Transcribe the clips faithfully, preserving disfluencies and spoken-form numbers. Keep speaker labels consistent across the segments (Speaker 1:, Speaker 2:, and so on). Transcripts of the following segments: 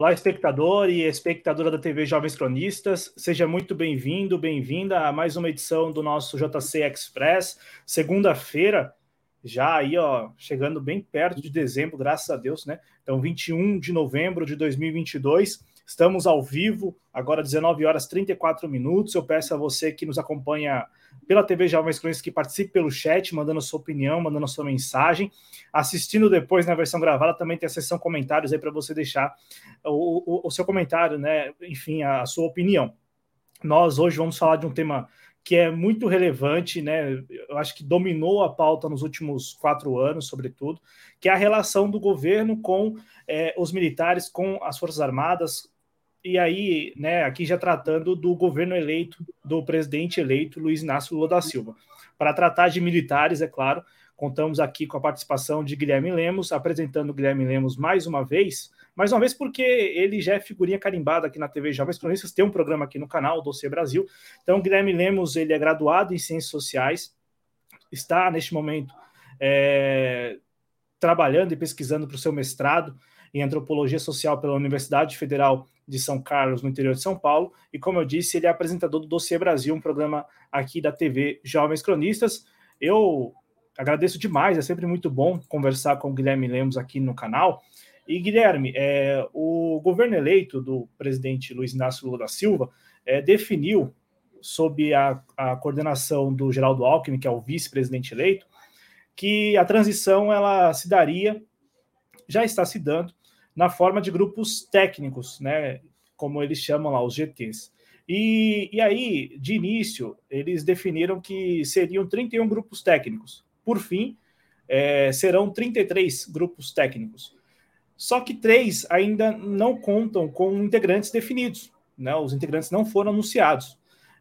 Speaker 1: Olá, espectador e espectadora da T V Jovens Cronistas, seja muito bem-vindo, bem-vinda a mais uma edição do nosso J C Express, segunda-feira, já aí, ó, chegando bem perto de dezembro, graças a Deus, né? Então, vinte e um de novembro de dois mil e vinte e dois, estamos ao vivo, agora dezenove horas e trinta e quatro minutos. Eu peço a você que nos acompanha pela T V Jovens Cronistas que participe pelo chat, mandando a sua opinião, mandando a sua mensagem. Assistindo depois na versão gravada, também tem a seção comentários aí para você deixar o, o, o seu comentário, né? Enfim, a, a sua opinião. Nós hoje vamos falar de um tema que é muito relevante, né? Eu acho que dominou a pauta nos últimos quatro anos, sobretudo, que é a relação do governo com é, os militares, com as Forças Armadas. E aí, né, aqui já tratando do governo eleito, do presidente eleito, Luiz Inácio Lula da Silva. Para tratar de militares, é claro, contamos aqui com a participação de Guilherme Lemos, apresentando o Guilherme Lemos mais uma vez, mais uma vez porque ele já é figurinha carimbada aqui na T V Jovens Cronistas, tem um programa aqui no canal, o Dossiê Brasil. Então, o Guilherme Lemos, ele é graduado em Ciências Sociais, está, neste momento, é, trabalhando e pesquisando para o seu mestrado em Antropologia Social pela Universidade Federal de São Carlos, no interior de São Paulo, e como eu disse, ele é apresentador do Dossiê Brasil, um programa aqui da T V Jovens Cronistas. Eu agradeço demais, é sempre muito bom conversar com o Guilherme Lemos aqui no canal. E, Guilherme, é, o governo eleito do presidente Luiz Inácio Lula da Silva é, definiu, sob a, a coordenação do Geraldo Alckmin, que é o vice-presidente eleito, que a transição ela se daria, já está se dando, na forma de grupos técnicos, né, como eles chamam lá, os G Ts. E, e aí, de início, eles definiram que seriam trinta e um grupos técnicos. Por fim, é, serão trinta e três grupos técnicos. Só que três ainda não contam com integrantes definidos, né? Os integrantes não foram anunciados.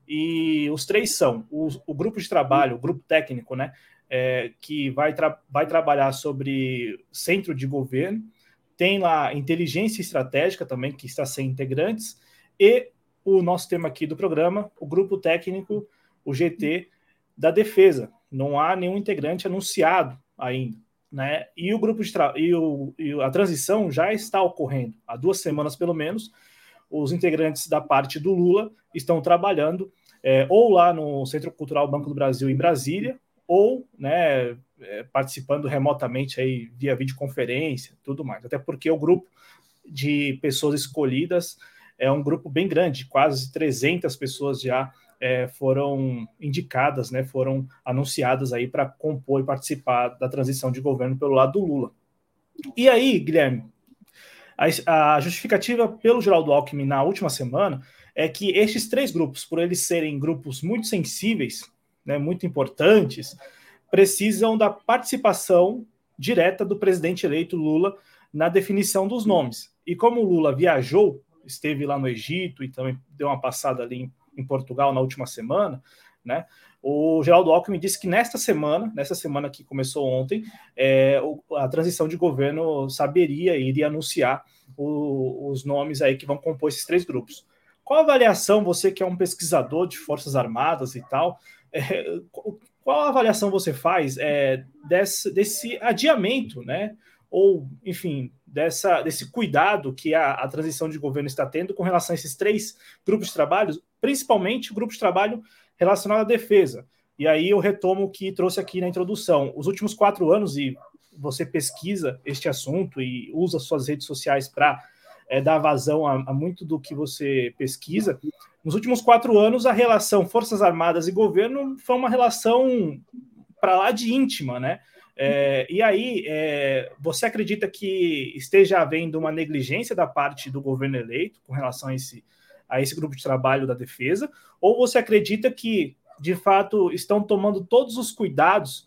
Speaker 1: E os três são o, o grupo de trabalho, o grupo técnico, né? É, que vai, tra vai trabalhar sobre centro de governo, tem lá inteligência estratégica também, que está sem integrantes, e o nosso tema aqui do programa, o grupo técnico, o G T, da defesa. Não há nenhum integrante anunciado ainda, né? E o grupo de e, o, e a transição já está ocorrendo há duas semanas pelo menos. Os integrantes da parte do Lula estão trabalhando é, ou lá no Centro Cultural Banco do Brasil em Brasília, ou, né, é, participando remotamente aí via videoconferência, tudo mais. Até porque o grupo de pessoas escolhidas é um grupo bem grande, quase trezentas pessoas já É, foram indicadas, né, foram anunciadas aí para compor e participar da transição de governo pelo lado do Lula. E aí, Guilherme, a, a justificativa pelo Geraldo Alckmin na última semana é que estes três grupos, por eles serem grupos muito sensíveis, né, muito importantes, precisam da participação direta do presidente eleito Lula na definição dos nomes. E como o Lula viajou, esteve lá no Egito e também deu uma passada ali em em Portugal na última semana, né? O Geraldo Alckmin disse que nesta semana, nessa semana que começou ontem, é, a transição de governo saberia e iria anunciar o, os nomes aí que vão compor esses três grupos. Qual a avaliação, você que é um pesquisador de Forças Armadas e tal, é, qual a avaliação você faz é, desse, desse adiamento, né? Ou, enfim, dessa, desse cuidado que a, a transição de governo está tendo com relação a esses três grupos de trabalho, principalmente o grupo de trabalho relacionado à defesa. E aí eu retomo o que trouxe aqui na introdução. Os últimos quatro anos, e você pesquisa este assunto e usa suas redes sociais para é, dar vazão a, a muito do que você pesquisa, nos últimos quatro anos a relação Forças Armadas e governo foi uma relação para lá de íntima, né? É, e aí, é, você acredita que esteja havendo uma negligência da parte do governo eleito com relação a esse, a esse grupo de trabalho da defesa? Ou você acredita que, de fato, estão tomando todos os cuidados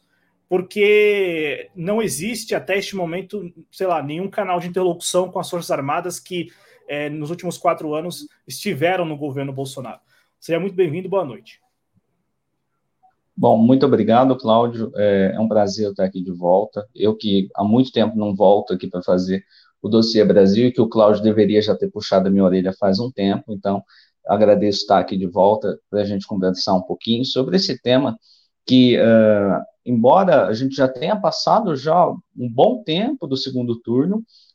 Speaker 1: porque não existe até este momento, sei lá, nenhum canal de interlocução com as Forças Armadas que, é, nos últimos quatro anos, estiveram no governo Bolsonaro? Seja muito bem-vindo, boa noite.
Speaker 2: Bom, muito obrigado, Cláudio. É um prazer estar aqui de volta. Eu que há muito tempo não volto aqui para fazer o Dossiê Brasil, e que o Cláudio deveria já ter puxado a minha orelha faz um tempo, então agradeço estar aqui de volta para a gente conversar um pouquinho sobre esse tema que, uh, embora a gente já tenha passado já um bom tempo do segundo turno,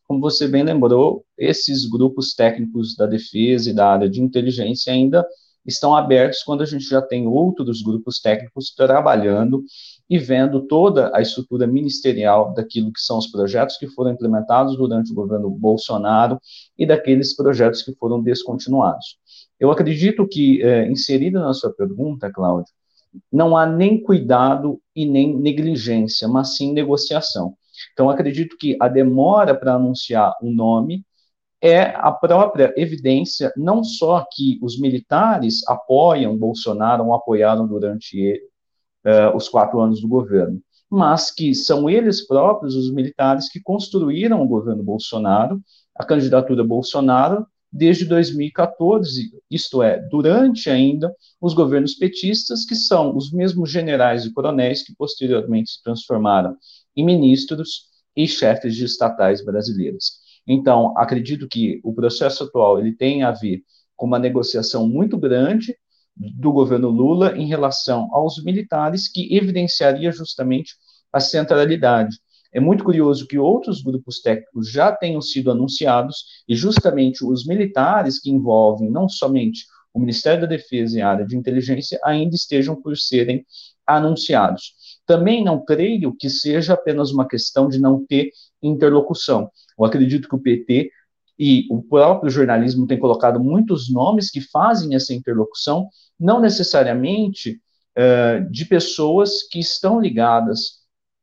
Speaker 2: como você bem lembrou, esses grupos técnicos da defesa e da área de inteligência ainda estão abertos quando a gente já tem outros grupos técnicos trabalhando e vendo toda a estrutura ministerial daquilo que são os projetos que foram implementados durante o governo Bolsonaro e daqueles projetos que foram descontinuados. Eu acredito que, é, inserida na sua pergunta, Cláudio, não há nem cuidado e nem negligência, mas sim negociação. Então, acredito que a demora para anunciar o nome é a própria evidência, não só que os militares apoiam Bolsonaro, ou apoiaram durante uh, os quatro anos do governo, mas que são eles próprios, os militares, que construíram o governo Bolsonaro, a candidatura Bolsonaro, desde dois mil e quatorze, isto é, durante ainda os governos petistas, que são os mesmos generais e coronéis que posteriormente se transformaram em ministros e chefes de estatais brasileiras. Então, acredito que o processo atual ele tem a ver com uma negociação muito grande do governo Lula em relação aos militares, que evidenciaria justamente a centralidade. É muito curioso que outros grupos técnicos já tenham sido anunciados e justamente os militares que envolvem não somente o Ministério da Defesa e a área de inteligência ainda estejam por serem anunciados. Também não creio que seja apenas uma questão de não ter interlocução. Eu acredito que o P T e o próprio jornalismo tem colocado muitos nomes que fazem essa interlocução, não necessariamente uh, de pessoas que estão ligadas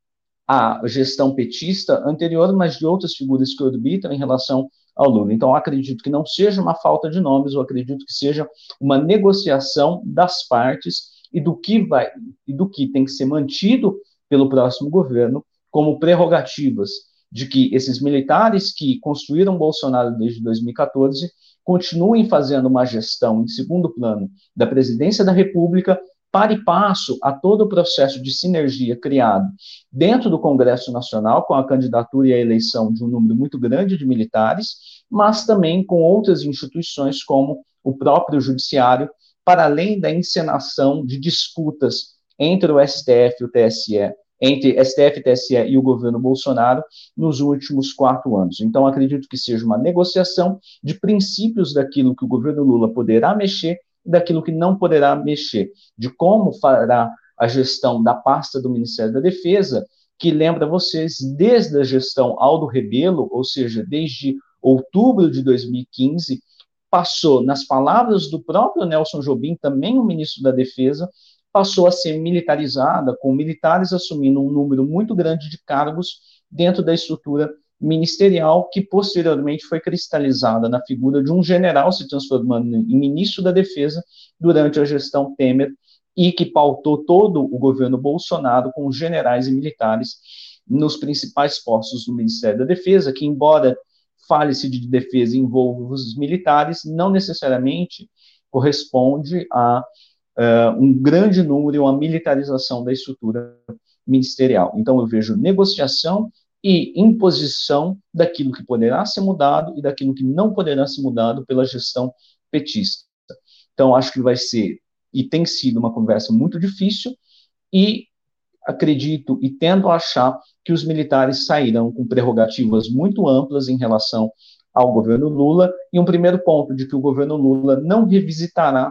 Speaker 2: à gestão petista anterior, mas de outras figuras que orbitam em relação ao Lula. Então, eu acredito que não seja uma falta de nomes, eu acredito que seja uma negociação das partes e do que vai e do que tem que ser mantido pelo próximo governo como prerrogativas de que esses militares que construíram Bolsonaro desde dois mil e quatorze continuem fazendo uma gestão em segundo plano da presidência da República, para e passo a todo o processo de sinergia criado dentro do Congresso Nacional, com a candidatura e a eleição de um número muito grande de militares, mas também com outras instituições, como o próprio Judiciário, para além da encenação de disputas entre o S T F e o T S E, entre S T F, T S E e o governo Bolsonaro nos últimos quatro anos. Então, acredito que seja uma negociação de princípios daquilo que o governo Lula poderá mexer e daquilo que não poderá mexer, de como fará a gestão da pasta do Ministério da Defesa, que lembra vocês, desde a gestão Aldo Rebelo, ou seja, desde outubro de dois mil e quinze, passou, nas palavras do próprio Nelson Jobim, também o ministro da Defesa, passou a ser militarizada, com militares assumindo um número muito grande de cargos dentro da estrutura ministerial, que posteriormente foi cristalizada na figura de um general se transformando em ministro da Defesa durante a gestão Temer, e que pautou todo o governo Bolsonaro com generais e militares nos principais postos do Ministério da Defesa, que, embora fale-se de defesa e envolva os militares, não necessariamente corresponde a Uh, um grande número e uma militarização da estrutura ministerial. Então, eu vejo negociação e imposição daquilo que poderá ser mudado e daquilo que não poderá ser mudado pela gestão petista. Então, acho que vai ser, e tem sido, uma conversa muito difícil, e acredito e tendo a achar que os militares sairão com prerrogativas muito amplas em relação ao governo Lula, e um primeiro ponto de que o governo Lula não revisitará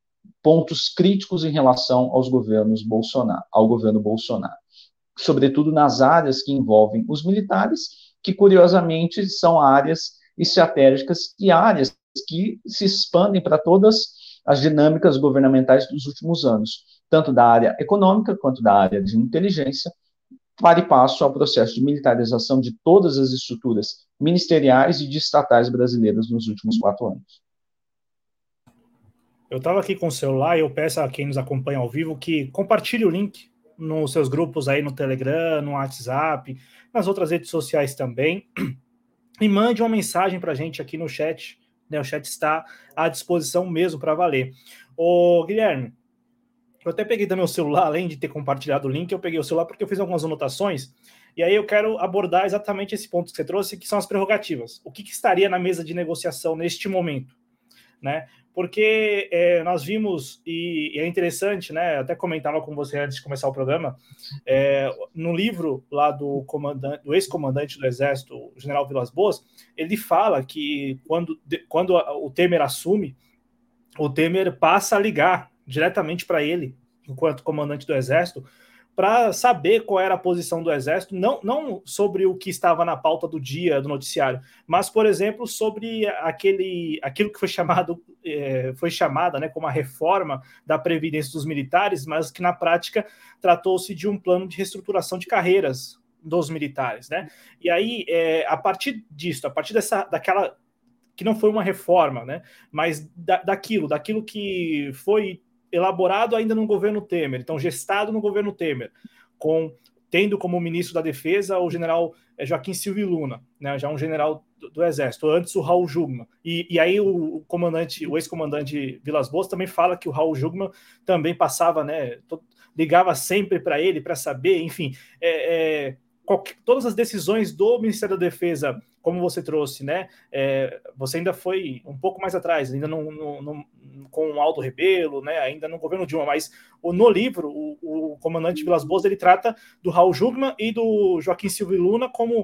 Speaker 2: pontos críticos em relação aos governos Bolsonaro, ao governo Bolsonaro, sobretudo nas áreas que envolvem os militares, que curiosamente são áreas estratégicas e áreas que se expandem para todas as dinâmicas governamentais dos últimos anos, tanto da área econômica quanto da área de inteligência, para e passo ao processo de militarização de todas as estruturas ministeriais e de estatais brasileiras nos últimos quatro anos.
Speaker 1: Eu estava aqui com o celular e eu peço a quem nos acompanha ao vivo que compartilhe o link nos seus grupos aí no Telegram, no WhatsApp, nas outras redes sociais também, e mande uma mensagem para a gente aqui no chat, né? O chat está à disposição mesmo para valer. Ô, Guilherme, eu até peguei do meu celular, além de ter compartilhado o link, eu peguei o celular porque eu fiz algumas anotações, e aí eu quero abordar exatamente esse ponto que você trouxe, que são as prerrogativas. O que, que estaria na mesa de negociação neste momento? né? Porque é, nós vimos, e, e é interessante, né? Eu até comentava com você antes de começar o programa, é, no livro lá do, comandante, do ex-comandante do Exército, o general Vilas Boas, ele fala que quando, quando o Temer assume, o Temer passa a ligar diretamente para ele, enquanto comandante do Exército, para saber qual era a posição do Exército, não, não sobre o que estava na pauta do dia do noticiário, mas, por exemplo, sobre aquele, aquilo que foi chamado, é, foi chamada, né, como a reforma da Previdência dos militares, mas que na prática tratou-se de um plano de reestruturação de carreiras dos militares, né? E aí, é, a partir disso, a partir dessa, daquela que não foi uma reforma, né, mas da, daquilo, daquilo que foi elaborado ainda no governo Temer, então gestado no governo Temer, com tendo como ministro da Defesa o general Joaquim Silvio Luna, né, já um general do, do Exército, antes o Raul Jungmann. E, e aí o, o comandante, o ex-comandante Vilas Boas também fala que o Raul Jungmann também passava, né, to, ligava sempre para ele para saber, enfim, é, é, qualquer, todas as decisões do Ministério da Defesa, como você trouxe, né? É, você ainda foi um pouco mais atrás, ainda não, não, não, com o Aldo Rebelo, né? Ainda no governo Dilma, mas no livro, o, o comandante Vilas Boas, ele trata do Raul Jungmann e do Joaquim Silvio Luna como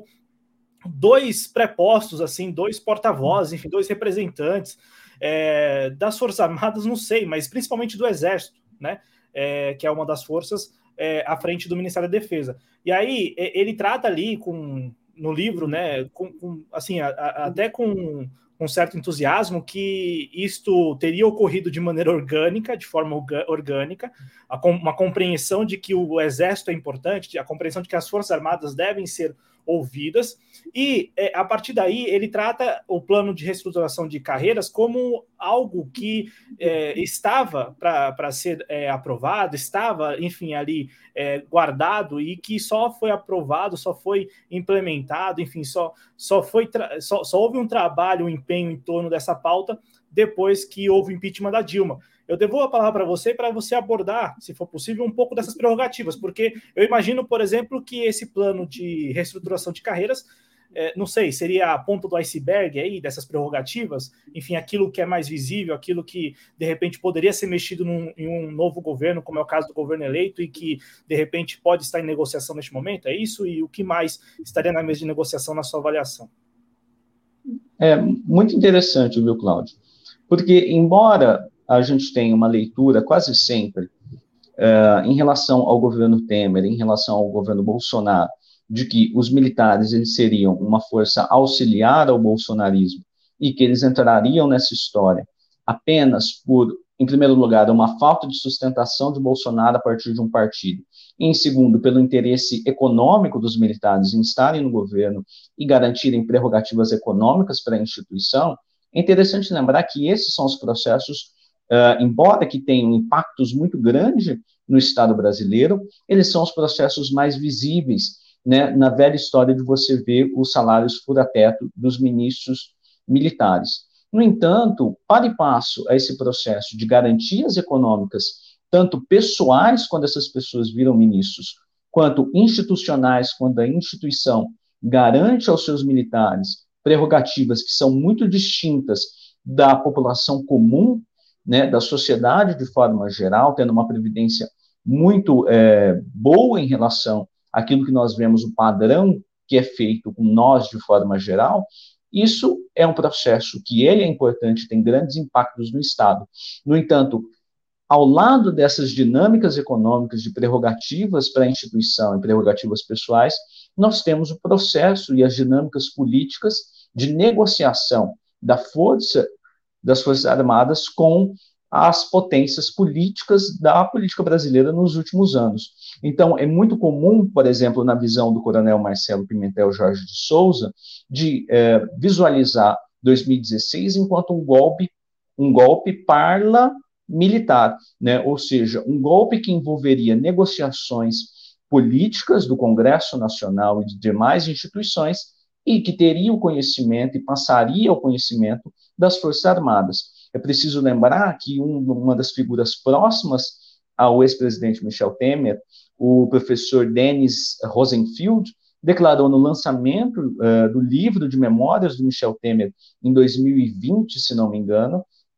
Speaker 1: dois prepostos, assim, dois porta-vozes, enfim, dois representantes é, das Forças Armadas, não sei, mas principalmente do Exército, né? É, que é uma das forças é, à frente do Ministério da Defesa. E aí ele trata ali com no livro, né, com, com, assim, a, a, até com um certo entusiasmo, que isto teria ocorrido de maneira orgânica, de forma orgânica, a, uma compreensão de que o Exército é importante, a compreensão de que as Forças Armadas devem ser ouvidas, e é, a partir daí ele trata o plano de reestruturação de carreiras como algo que é, estava para ser é, aprovado, estava, enfim, ali é, guardado, e que só foi aprovado, só foi implementado, enfim, só, só, foi só, só houve um trabalho, um empenho em torno dessa pauta depois que houve o impeachment da Dilma. Eu devolvo a palavra para você, para você abordar, se for possível, um pouco dessas prerrogativas, porque eu imagino, por exemplo, que esse plano de reestruturação de carreiras, é, não sei, seria a ponta do iceberg aí, dessas prerrogativas, enfim, aquilo que é mais visível, aquilo que, de repente, poderia ser mexido num, em um novo governo, como é o caso do governo eleito, e que, de repente, pode estar em negociação neste momento, é isso? E o que mais estaria na mesa de negociação na sua avaliação?
Speaker 2: É muito interessante, viu, Cláudio? Porque, embora a gente tenha uma leitura quase sempre uh, em relação ao governo Temer, em relação ao governo Bolsonaro, de que os militares eles seriam uma força auxiliar ao bolsonarismo e que eles entrariam nessa história apenas por, em primeiro lugar, uma falta de sustentação de Bolsonaro a partir de um partido, e, em segundo, pelo interesse econômico dos militares em estarem no governo e garantirem prerrogativas econômicas para a instituição. É interessante lembrar que esses são os processos, uh, embora que tenham impactos muito grandes no Estado brasileiro, eles são os processos mais visíveis, né, na velha história de você ver os salários fura-teto dos ministros militares. No entanto, para e passo a esse processo de garantias econômicas, tanto pessoais, quando essas pessoas viram ministros, quanto institucionais, quando a instituição garante aos seus militares prerrogativas que são muito distintas da população comum, né, da sociedade de forma geral, tendo uma previdência muito é, boa em relação àquilo que nós vemos, o padrão que é feito com nós de forma geral. Isso é um processo que ele é importante, tem grandes impactos no Estado. No entanto, ao lado dessas dinâmicas econômicas de prerrogativas para a instituição e prerrogativas pessoais, nós temos o processo e as dinâmicas políticas de negociação da força das Forças Armadas com as potências políticas da política brasileira nos últimos anos. Então, é muito comum, por exemplo, na visão do coronel Marcelo Pimentel Jorge de Souza, de é, visualizar dois mil e dezesseis enquanto um golpe, um golpe parla-militar, né? Ou seja, um golpe que envolveria negociações políticas do Congresso Nacional e de demais instituições e que teria o conhecimento e passaria o conhecimento das Forças Armadas. É preciso lembrar que um, uma das figuras próximas ao ex-presidente Michel Temer, o professor Denis Rosenfield, declarou no lançamento uh, do livro de memórias do Michel Temer em dois mil e vinte, se não me engano,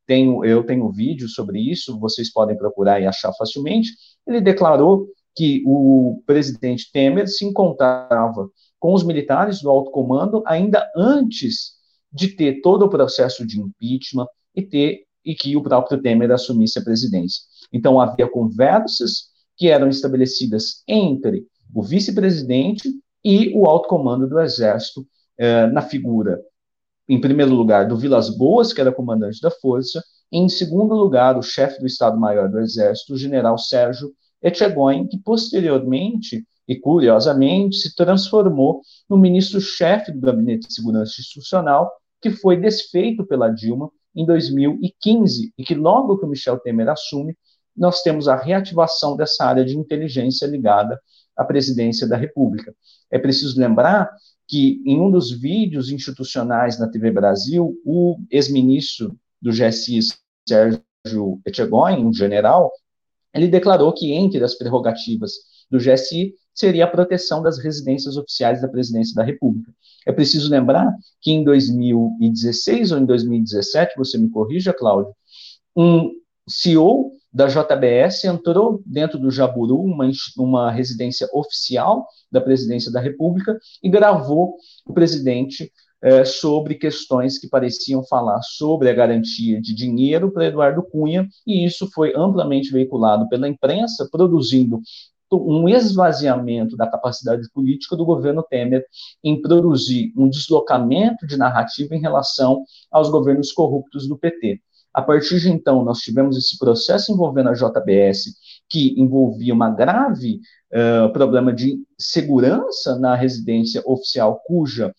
Speaker 2: tenho, eu tenho vídeo sobre isso, vocês podem procurar e achar facilmente. Ele declarou que o presidente Temer se encontrava com os militares do alto comando ainda antes de ter todo o processo de impeachment e, ter, e que o próprio Temer assumisse a presidência. Então, havia conversas que eram estabelecidas entre o vice-presidente e o alto comando do Exército, eh, na figura, em primeiro lugar, do Vilas Boas, que era comandante da força, e, em segundo lugar, o chefe do Estado-Maior do Exército, o general Sérgio Etchegóin, que posteriormente e, curiosamente, se transformou no ministro-chefe do Gabinete de Segurança Institucional, que foi desfeito pela Dilma em dois mil e quinze, e que logo que o Michel Temer assume, nós temos a reativação dessa área de inteligência ligada à presidência da República. É preciso lembrar que, em um dos vídeos institucionais na T V Brasil, o ex-ministro do G S I, Sérgio Etchegóin, um general, ele declarou que, entre as prerrogativas do G S I, seria a proteção das residências oficiais da presidência da República. É preciso lembrar que, em dois mil e dezesseis ou em dois mil e dezessete, você me corrija, Cláudio, um C E O da J B S entrou dentro do Jaburu, uma, uma residência oficial da presidência da República, e gravou o presidente eh, sobre questões que pareciam falar sobre a garantia de dinheiro para Eduardo Cunha, e isso foi amplamente veiculado pela imprensa, produzindo um esvaziamento da capacidade política do governo Temer em produzir um deslocamento de narrativa em relação aos governos corruptos do P T. A partir de então, nós tivemos esse processo envolvendo a J B S, que envolvia uma grave uh, problema de segurança na residência oficial, cuja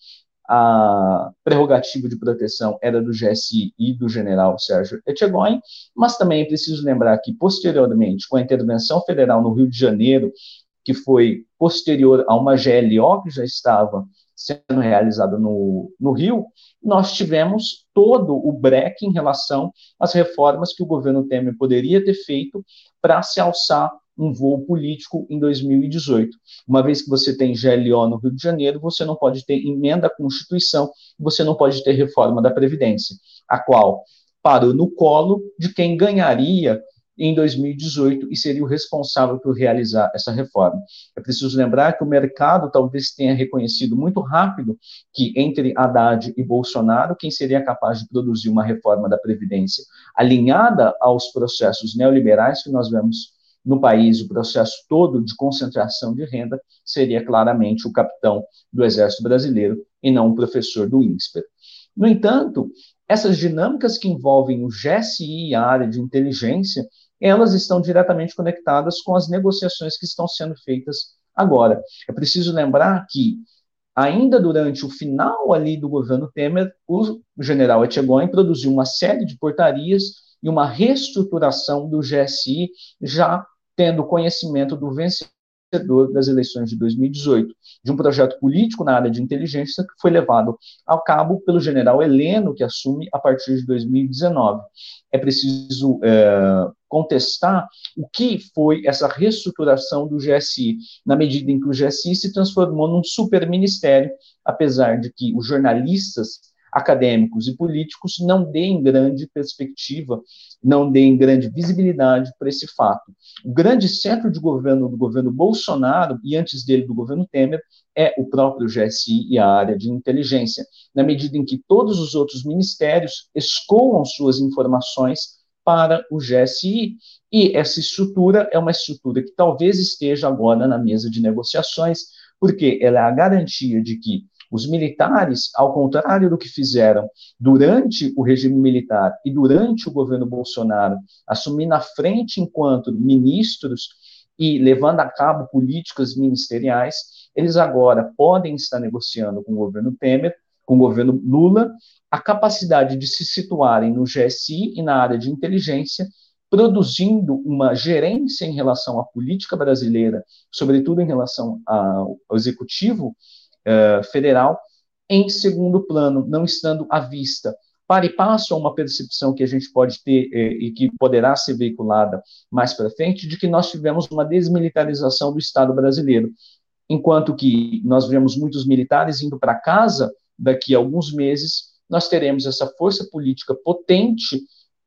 Speaker 2: a prerrogativa de proteção era do G S I e do general Sérgio Etchegóin, mas também é preciso lembrar que, posteriormente, com a intervenção federal no Rio de Janeiro, que foi posterior a uma G L O que já estava sendo realizada no, no Rio, nós tivemos todo o breque em relação às reformas que o governo Temer poderia ter feito para se alçar um voo político em dois mil e dezoito. Uma vez que você tem G L O no Rio de Janeiro, você não pode ter emenda à Constituição, você não pode ter reforma da Previdência, a qual parou no colo de quem ganharia em dois mil e dezoito e seria o responsável por realizar essa reforma. É preciso lembrar que o mercado talvez tenha reconhecido muito rápido que, entre Haddad e Bolsonaro, quem seria capaz de produzir uma reforma da Previdência alinhada aos processos neoliberais que nós vemos no país, o processo todo de concentração de renda, seria claramente o capitão do Exército Brasileiro e não o professor do INSPER. No entanto, essas dinâmicas que envolvem o G S I e a área de inteligência, elas estão diretamente conectadas com as negociações que estão sendo feitas agora. É preciso lembrar que, ainda durante o final ali do governo Temer, o general Etchegóin produziu uma série de portarias e uma reestruturação do G S I, já tendo conhecimento do vencedor das eleições de dois mil e dezoito, de um projeto político na área de inteligência que foi levado a cabo pelo general Heleno, que assume a partir de dois mil e dezenove. É preciso é, contestar o que foi essa reestruturação do G S I, na medida em que o G S I se transformou num superministério, apesar de que os jornalistas acadêmicos e políticos não deem grande perspectiva, não deem grande visibilidade para esse fato. O grande centro de governo do governo Bolsonaro, e antes dele do governo Temer, é o próprio G S I e a área de inteligência, na medida em que todos os outros ministérios escoam suas informações para o G S I, e essa estrutura é uma estrutura que talvez esteja agora na mesa de negociações, porque ela é a garantia de que os militares, ao contrário do que fizeram durante o regime militar e durante o governo Bolsonaro, assumindo a frente enquanto ministros e levando a cabo políticas ministeriais, eles agora podem estar negociando com o governo Temer, com o governo Lula, a capacidade de se situarem no G S I e na área de inteligência, produzindo uma gerência em relação à política brasileira, sobretudo em relação ao executivo Uh, federal, em segundo plano, não estando à vista. Para e passo a uma percepção que a gente pode ter eh, e que poderá ser veiculada mais para frente, de que nós tivemos uma desmilitarização do Estado brasileiro, enquanto que nós vemos muitos militares indo para casa, daqui a alguns meses, nós teremos essa força política potente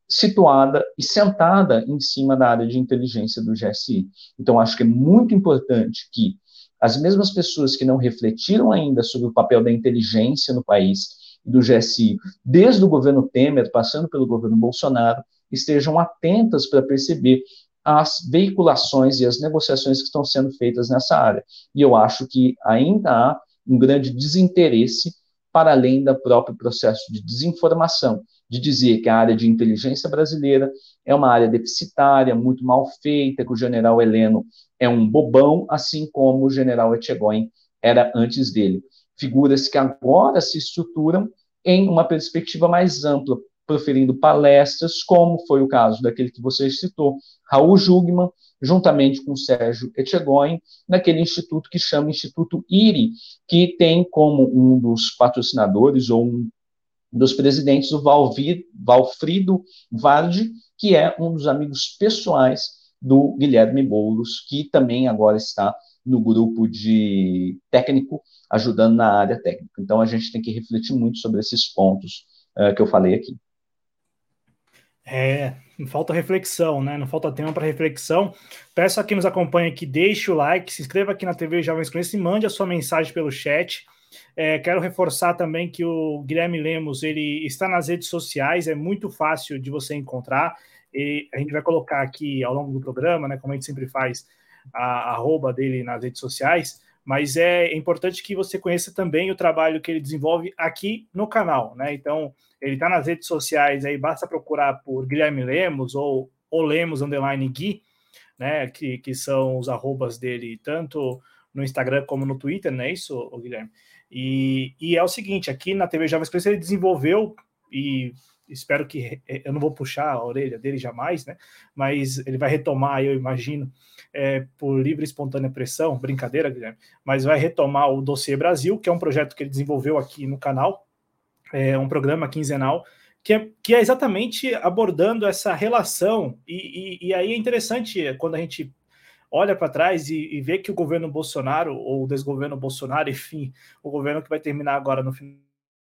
Speaker 2: situada e sentada em cima da área de inteligência do G S I. Então, acho que é muito importante que as mesmas pessoas que não refletiram ainda sobre o papel da inteligência no país e do G S I, desde o governo Temer, passando pelo governo Bolsonaro, estejam atentas para perceber as veiculações e as negociações que estão sendo feitas nessa área. E eu acho que ainda há um grande desinteresse para além do próprio processo de desinformação, de dizer que a área de inteligência brasileira é uma área deficitária, muito mal feita, que o general Heleno é um bobão, assim como o general Etchegóin era antes dele. Figuras que agora se estruturam em uma perspectiva mais ampla, proferindo palestras, como foi o caso daquele que você citou, Raul Jugman, juntamente com Sérgio Etchegóin, naquele instituto que chama Instituto I R I, que tem como um dos patrocinadores ou um dos presidentes o Valvir, Valfrido Vardi, que é um dos amigos pessoais do Guilherme Boulos, que também agora está no grupo de técnico, ajudando na área técnica. Então, a gente tem que refletir muito sobre esses pontos uh, que eu falei aqui.
Speaker 1: É, não falta reflexão, né? Não falta tempo para reflexão. Peço a quem nos acompanha que deixe o like, se inscreva aqui na T V Jovens Cronistas e mande a sua mensagem pelo chat. É, quero reforçar também que o Guilherme Lemos ele está nas redes sociais, é muito fácil de você encontrar. E a gente vai colocar aqui ao longo do programa, né? Como a gente sempre faz, a, a arroba dele nas redes sociais. Mas é importante que você conheça também o trabalho que ele desenvolve aqui no canal, né? Então, ele está nas redes sociais, aí basta procurar por Guilherme Lemos ou, ou Lemos underline Gui, né? Que, que são os arrobas dele, tanto no Instagram como no Twitter, não é isso, Guilherme? E, e é o seguinte, aqui na T V Jovens Cronistas ele desenvolveu, e espero que eu não vou puxar a orelha dele jamais, né? Mas ele vai retomar, eu imagino, é, por livre e espontânea pressão, brincadeira, Guilherme, mas vai retomar o Dossiê Brasil, que é um projeto que ele desenvolveu aqui no canal, é um programa quinzenal, que é, que é exatamente abordando essa relação, e, e, e aí é interessante quando a gente olha para trás e, e vê que o governo Bolsonaro, ou o desgoverno Bolsonaro, enfim, o governo que vai terminar agora no final.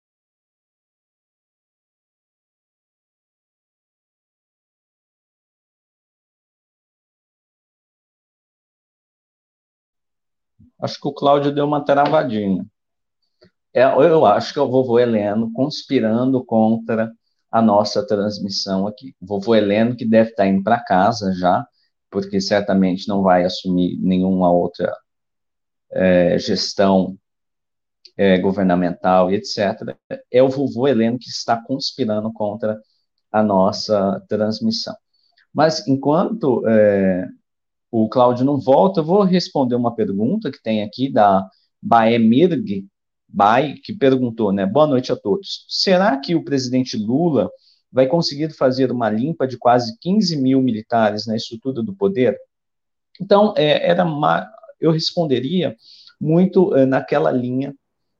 Speaker 2: Acho que o Cláudio deu uma travadinha. É, eu acho que é o vovô Heleno conspirando contra a nossa transmissão aqui. O vovô Heleno que deve estar indo para casa já, porque certamente não vai assumir nenhuma outra é, gestão é, governamental e etcétera. É o vovô Heleno que está conspirando contra a nossa transmissão. Mas enquanto é, o Cláudio não volta, eu vou responder uma pergunta que tem aqui da Baemirg Bai, que perguntou, né? Boa noite a todos. Será que o presidente Lula vai conseguir fazer uma limpa de quase quinze mil militares na estrutura do poder? Então, é, era uma, eu responderia muito é, naquela linha.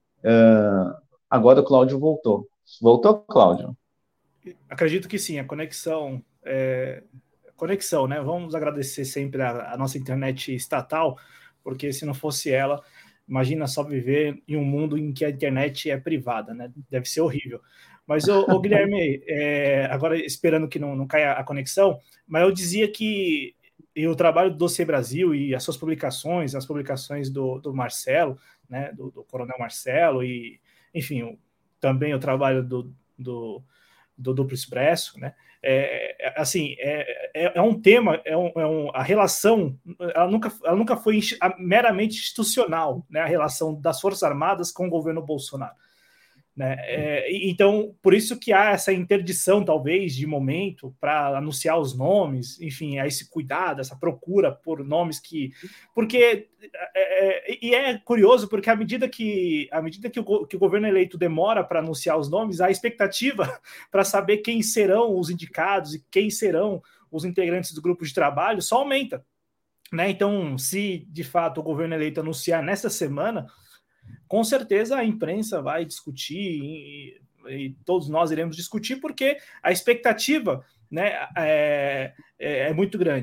Speaker 2: Uh, agora o Cláudio voltou. Voltou, Cláudio?
Speaker 1: Acredito que sim, a conexão... É... Conexão, né? Vamos agradecer sempre a, a nossa internet estatal, porque se não fosse ela, imagina só viver em um mundo em que a internet é privada, né? Deve ser horrível. Mas, ô, ô Guilherme, é, agora esperando que não, não caia a conexão, mas eu dizia que e o trabalho do Dossiê Brasil e as suas publicações, as publicações do, do Marcelo, né, do, do Coronel Marcelo, e, enfim, o, também o trabalho do, do, do Duplo Expresso, né? É, é, assim, é, é, é um tema, é um, é um, a relação, ela nunca, ela nunca foi meramente institucional, né? A relação das Forças Armadas com o governo Bolsonaro. Né? É, então, por isso que há essa interdição, talvez, de momento para anunciar os nomes, enfim, há esse cuidado, essa procura por nomes que... Porque... É, é, e é curioso, porque à medida que, à medida que, o, que o governo eleito demora para anunciar os nomes, a expectativa para saber quem serão os indicados e quem serão os integrantes do grupo de trabalho só aumenta. Né? Então, se de fato o governo eleito anunciar nessa semana, com certeza a imprensa vai discutir e, e todos nós iremos discutir, porque a expectativa, né, é, é, é muito grande.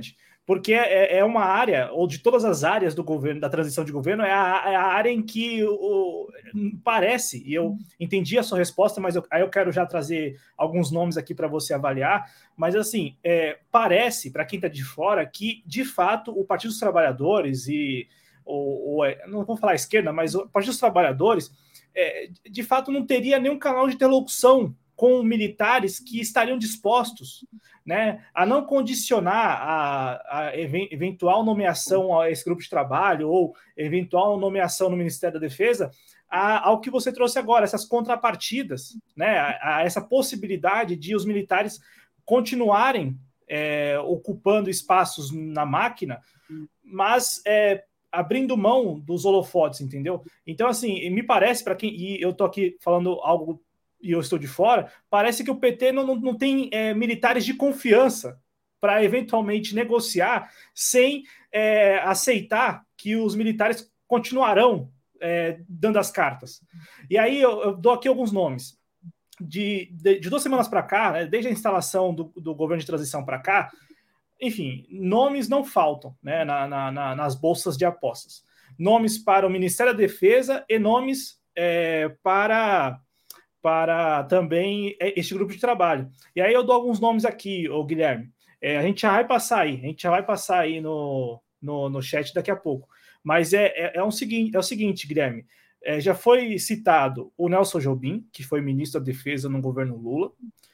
Speaker 1: porque é, é uma área, ou de todas as áreas do governo, da transição de governo, é a, é a área em que o, parece, e eu entendi a sua resposta, mas eu, aí eu quero já trazer alguns nomes aqui para você avaliar, mas assim, é, parece, para quem está de fora, que de fato o Partido dos Trabalhadores e, ou, ou, não vou falar a esquerda, mas o Partido dos Trabalhadores, é, de fato não teria nenhum canal de interlocução com militares que estariam dispostos, né, a não condicionar a, a eventual nomeação a esse grupo de trabalho ou eventual nomeação no Ministério da Defesa a, ao que você trouxe agora, essas contrapartidas, né, a, a essa possibilidade de os militares continuarem é, ocupando espaços na máquina, mas é, abrindo mão dos holofotes, entendeu? Então, assim, me parece, para quem... E eu tô aqui falando algo e eu estou de fora, parece que o P T não, não, não tem é, militares de confiança para eventualmente negociar sem é, aceitar que os militares continuarão é, dando as cartas. E aí eu, eu dou aqui alguns nomes. De, de, de duas semanas para cá, né, desde a instalação do, do governo de transição para cá, enfim, nomes não faltam, né, na, na, na, nas bolsas de apostas. Nomes para o Ministério da Defesa e nomes é, para... para também este grupo de trabalho. E aí eu dou alguns nomes aqui, ô Guilherme. É, a gente já vai passar aí, a gente já vai passar aí no, no, no chat daqui a pouco. Mas é, é, é, um seguinte, é o seguinte, Guilherme, é, já foi citado o Nelson Jobim, que foi ministro da Defesa no governo Lula.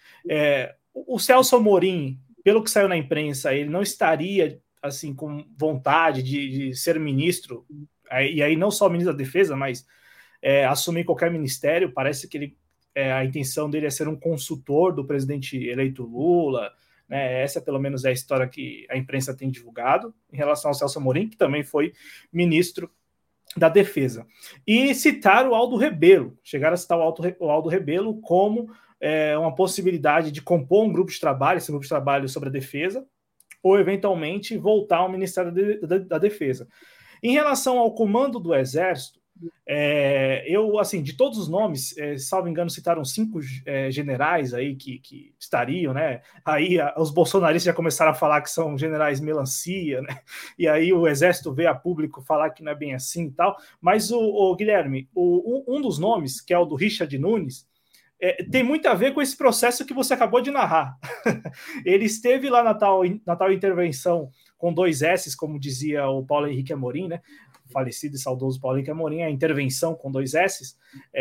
Speaker 1: É, o, o Celso Amorim, pelo que saiu na imprensa, ele não estaria assim com vontade de, de ser ministro, e aí não só ministro da Defesa, mas é, assumir qualquer ministério. Parece que ele É, a intenção dele é ser um consultor do presidente eleito Lula, né? Essa pelo menos é a história que a imprensa tem divulgado em relação ao Celso Amorim, que também foi ministro da Defesa. E citar o Aldo Rebelo, chegaram a citar o Aldo, o Aldo Rebelo como é, uma possibilidade de compor um grupo de trabalho, esse grupo de trabalho sobre a defesa, ou eventualmente voltar ao Ministério da, da Defesa. Em relação ao comando do Exército, É, eu, assim, de todos os nomes, é, salvo engano, citaram cinco é, generais aí que, que estariam, né? Aí a, os bolsonaristas já começaram a falar que são generais melancia, né? E aí o Exército veio a público falar que não é bem assim e tal. Mas o, o Guilherme, o, um dos nomes, que é o do Richard Nunes, é, tem muito a ver com esse processo que você acabou de narrar. Ele esteve lá na tal, na tal intervenção com dois S's, como dizia o Paulo Henrique Amorim, né? Falecido e saudoso Paulo Henrique Amorim, a intervenção com dois S's,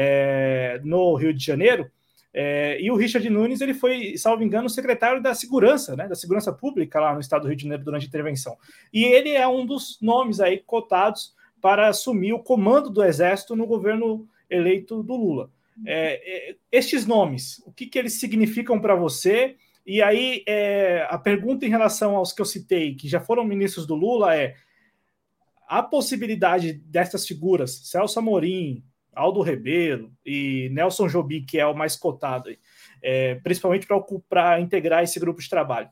Speaker 1: é, no Rio de Janeiro, é, e o Richard Nunes, ele foi, salvo engano, secretário da Segurança, né, da Segurança Pública lá no estado do Rio de Janeiro durante a intervenção. E ele é um dos nomes aí cotados para assumir o comando do Exército no governo eleito do Lula. É, é, estes nomes, o que, que eles significam para você? E aí, é, a pergunta em relação aos que eu citei, que já foram ministros do Lula, é: a possibilidade dessas figuras, Celso Amorim, Aldo Rebelo e Nelson Jobim, que é o mais cotado, é, principalmente para integrar esse grupo de trabalho.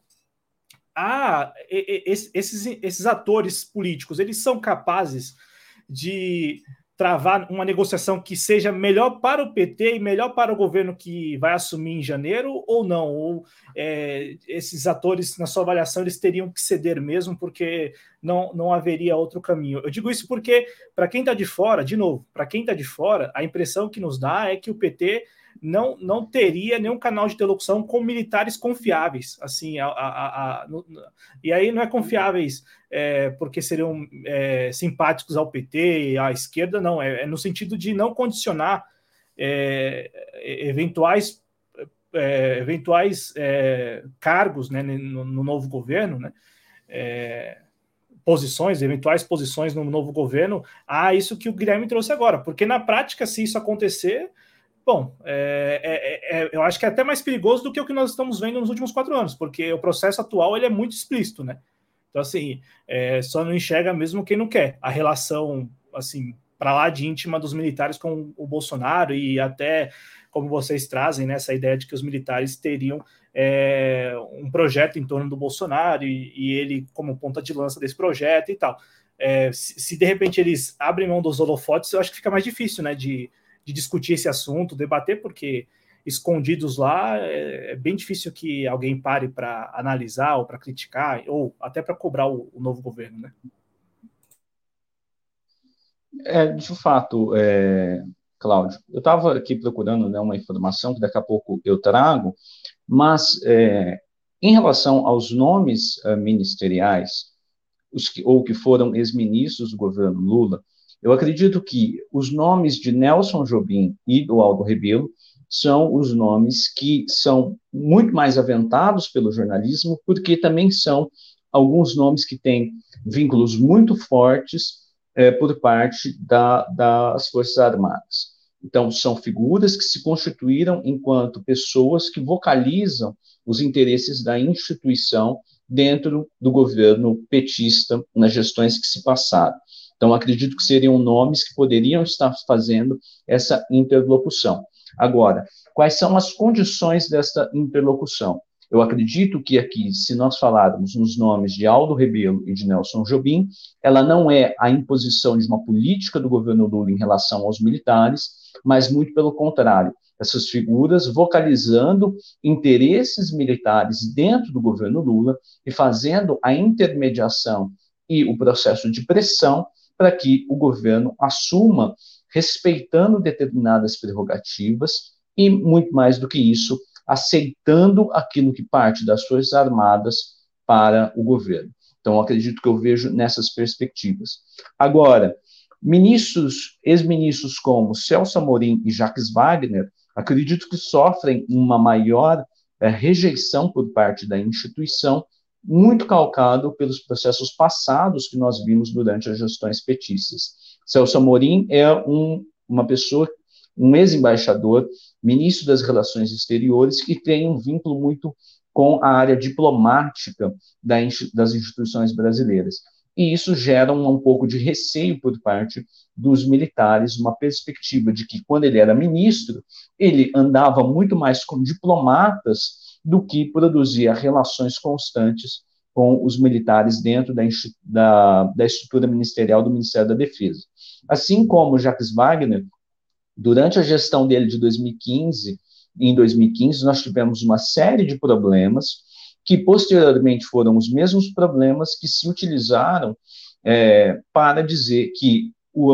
Speaker 1: Ah, esses, esses atores políticos, eles são capazes de travar uma negociação que seja melhor para o P T e melhor para o governo que vai assumir em janeiro, ou não? Ou é, esses atores, na sua avaliação, eles teriam que ceder mesmo, porque não, não haveria outro caminho? Eu digo isso porque, para quem está de fora, de novo, para quem está de fora, a impressão que nos dá é que o P T não, não teria nenhum canal de interlocução com militares confiáveis. Assim, a, a, a, no, e aí não é confiáveis é, porque seriam é, simpáticos ao P T, à esquerda, não. É, é no sentido de não condicionar é, eventuais, é, eventuais é, cargos, né, no, no novo governo, né, é, posições, eventuais posições no novo governo, a isso que o Guilherme trouxe agora. Porque na prática, se isso acontecer, bom, é, é, é, eu acho que é até mais perigoso do que o que nós estamos vendo nos últimos quatro anos, porque o processo atual ele é muito explícito, né? Então, assim, é, só não enxerga mesmo quem não quer. A relação, assim, para lá de íntima dos militares com o Bolsonaro, e até, como vocês trazem, né, essa ideia de que os militares teriam é, um projeto em torno do Bolsonaro e, e ele como ponta de lança desse projeto e tal. É, se, se, de repente, eles abrem mão dos holofotes, eu acho que fica mais difícil, né, de de discutir esse assunto, debater, porque escondidos lá, é, é bem difícil que alguém pare para analisar ou para criticar, ou até para cobrar o, o novo governo, né?
Speaker 2: É, de fato, é, Cláudio, eu estava aqui procurando, né, uma informação que daqui a pouco eu trago, mas é, em relação aos nomes uh, ministeriais, os que, ou que foram ex-ministros do governo Lula, eu acredito que os nomes de Nelson Jobim e do Aldo Rebelo são os nomes que são muito mais aventados pelo jornalismo, porque também são alguns nomes que têm vínculos muito fortes é, por parte da, das Forças Armadas. Então, são figuras que se constituíram enquanto pessoas que vocalizam os interesses da instituição dentro do governo petista nas gestões que se passaram. Então, acredito que seriam nomes que poderiam estar fazendo essa interlocução. Agora, quais são as condições dessa interlocução? Eu acredito que aqui, se nós falarmos nos nomes de Aldo Rebelo e de Nelson Jobim, ela não é a imposição de uma política do governo Lula em relação aos militares, mas muito pelo contrário, essas figuras vocalizando interesses militares dentro do governo Lula e fazendo a intermediação e o processo de pressão para que o governo assuma, respeitando determinadas prerrogativas e, muito mais do que isso, aceitando aquilo que parte das Forças Armadas para o governo. Então, acredito que eu vejo nessas perspectivas. Agora, ministros, ex-ministros como Celso Amorim e Jacques Wagner, acredito que sofrem uma maior é, rejeição por parte da instituição, muito calcado pelos processos passados que nós vimos durante as gestões petistas. Celso Amorim é um, uma pessoa, um ex-embaixador, ministro das Relações Exteriores, que tem um vínculo muito com a área diplomática da, das instituições brasileiras. E isso gera um, um pouco de receio por parte dos militares, uma perspectiva de que, quando ele era ministro, ele andava muito mais com diplomatas do que produzia relações constantes com os militares dentro da, da, da estrutura ministerial do Ministério da Defesa. Assim como Jacques Wagner, durante a gestão dele de dois mil e quinze, em dois mil e quinze, nós tivemos uma série de problemas que, posteriormente, foram os mesmos problemas que se utilizaram é, para dizer que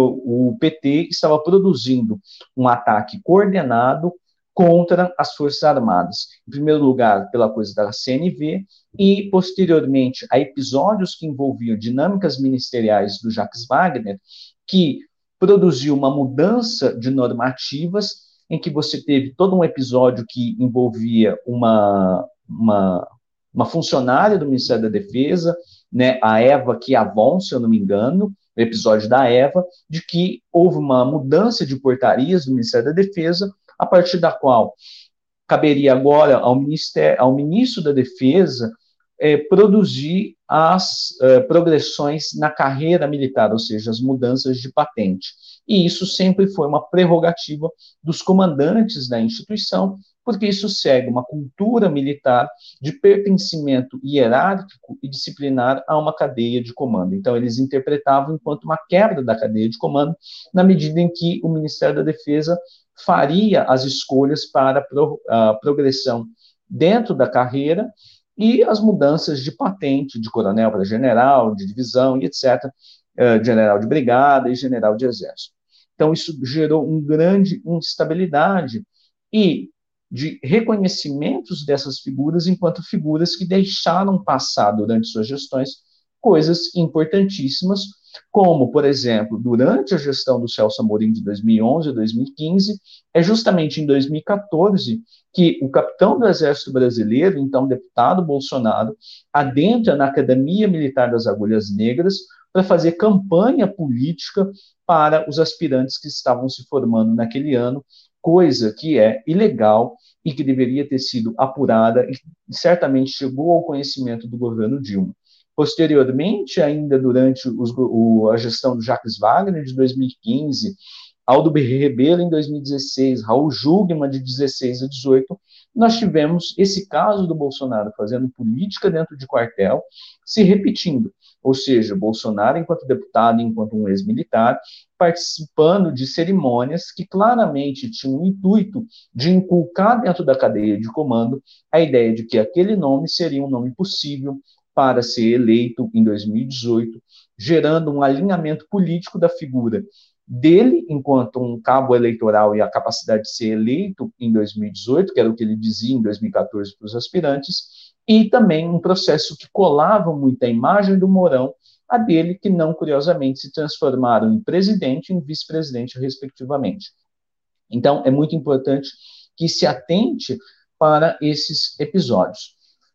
Speaker 2: o, o P T estava produzindo um ataque coordenado contra as Forças Armadas. Em primeiro lugar, pela coisa da C N V, e, posteriormente, a episódios que envolviam dinâmicas ministeriais do Jacques Wagner, que produziu uma mudança de normativas, em que você teve todo um episódio que envolvia uma, uma, uma funcionária do Ministério da Defesa, né, a Eva Chiavon, se eu não me engano, o episódio da Eva, de que houve uma mudança de portarias do Ministério da Defesa, a partir da qual caberia agora ao, ministério, ao ministro da Defesa é, produzir as é, progressões na carreira militar, ou seja, as mudanças de patente. E isso sempre foi uma prerrogativa dos comandantes da instituição, porque isso segue uma cultura militar de pertencimento hierárquico e disciplinar a uma cadeia de comando. Então, eles interpretavam enquanto uma quebra da cadeia de comando, na medida em que o Ministério da Defesa faria as escolhas para a progressão dentro da carreira e as mudanças de patente, de coronel para general, de divisão e etcétera, general de brigada e general de exército. Então, isso gerou uma grande instabilidade e de reconhecimentos dessas figuras enquanto figuras que deixaram passar durante suas gestões coisas importantíssimas, como, por exemplo, durante a gestão do Celso Amorim de dois mil e onze a dois mil e quinze, é justamente em dois mil e quatorze que o capitão do Exército Brasileiro, então deputado Bolsonaro, adentra na Academia Militar das Agulhas Negras para fazer campanha política para os aspirantes que estavam se formando naquele ano, coisa que é ilegal e que deveria ter sido apurada e certamente chegou ao conhecimento do governo Dilma. Posteriormente, ainda durante os, o, a gestão do Jacques Wagner, de dois mil e quinze Aldo Rebelo em dois mil e dezesseis, Raul Jungmann de dezesseis a dezoito, nós tivemos esse caso do Bolsonaro fazendo política dentro de quartel, se repetindo. Ou seja, Bolsonaro, enquanto deputado, enquanto um ex-militar, participando de cerimônias que claramente tinham o intuito de inculcar dentro da cadeia de comando a ideia de que aquele nome seria um nome possível para ser eleito em dois mil e dezoito, gerando um alinhamento político da figura dele, enquanto um cabo eleitoral e a capacidade de ser eleito em dois mil e dezoito, que era o que ele dizia em dois mil e quatorze para os aspirantes, e também um processo que colava muito a imagem do Mourão, a dele, que não, curiosamente, se transformaram em presidente e em vice-presidente, respectivamente. Então, é muito importante que se atente para esses episódios.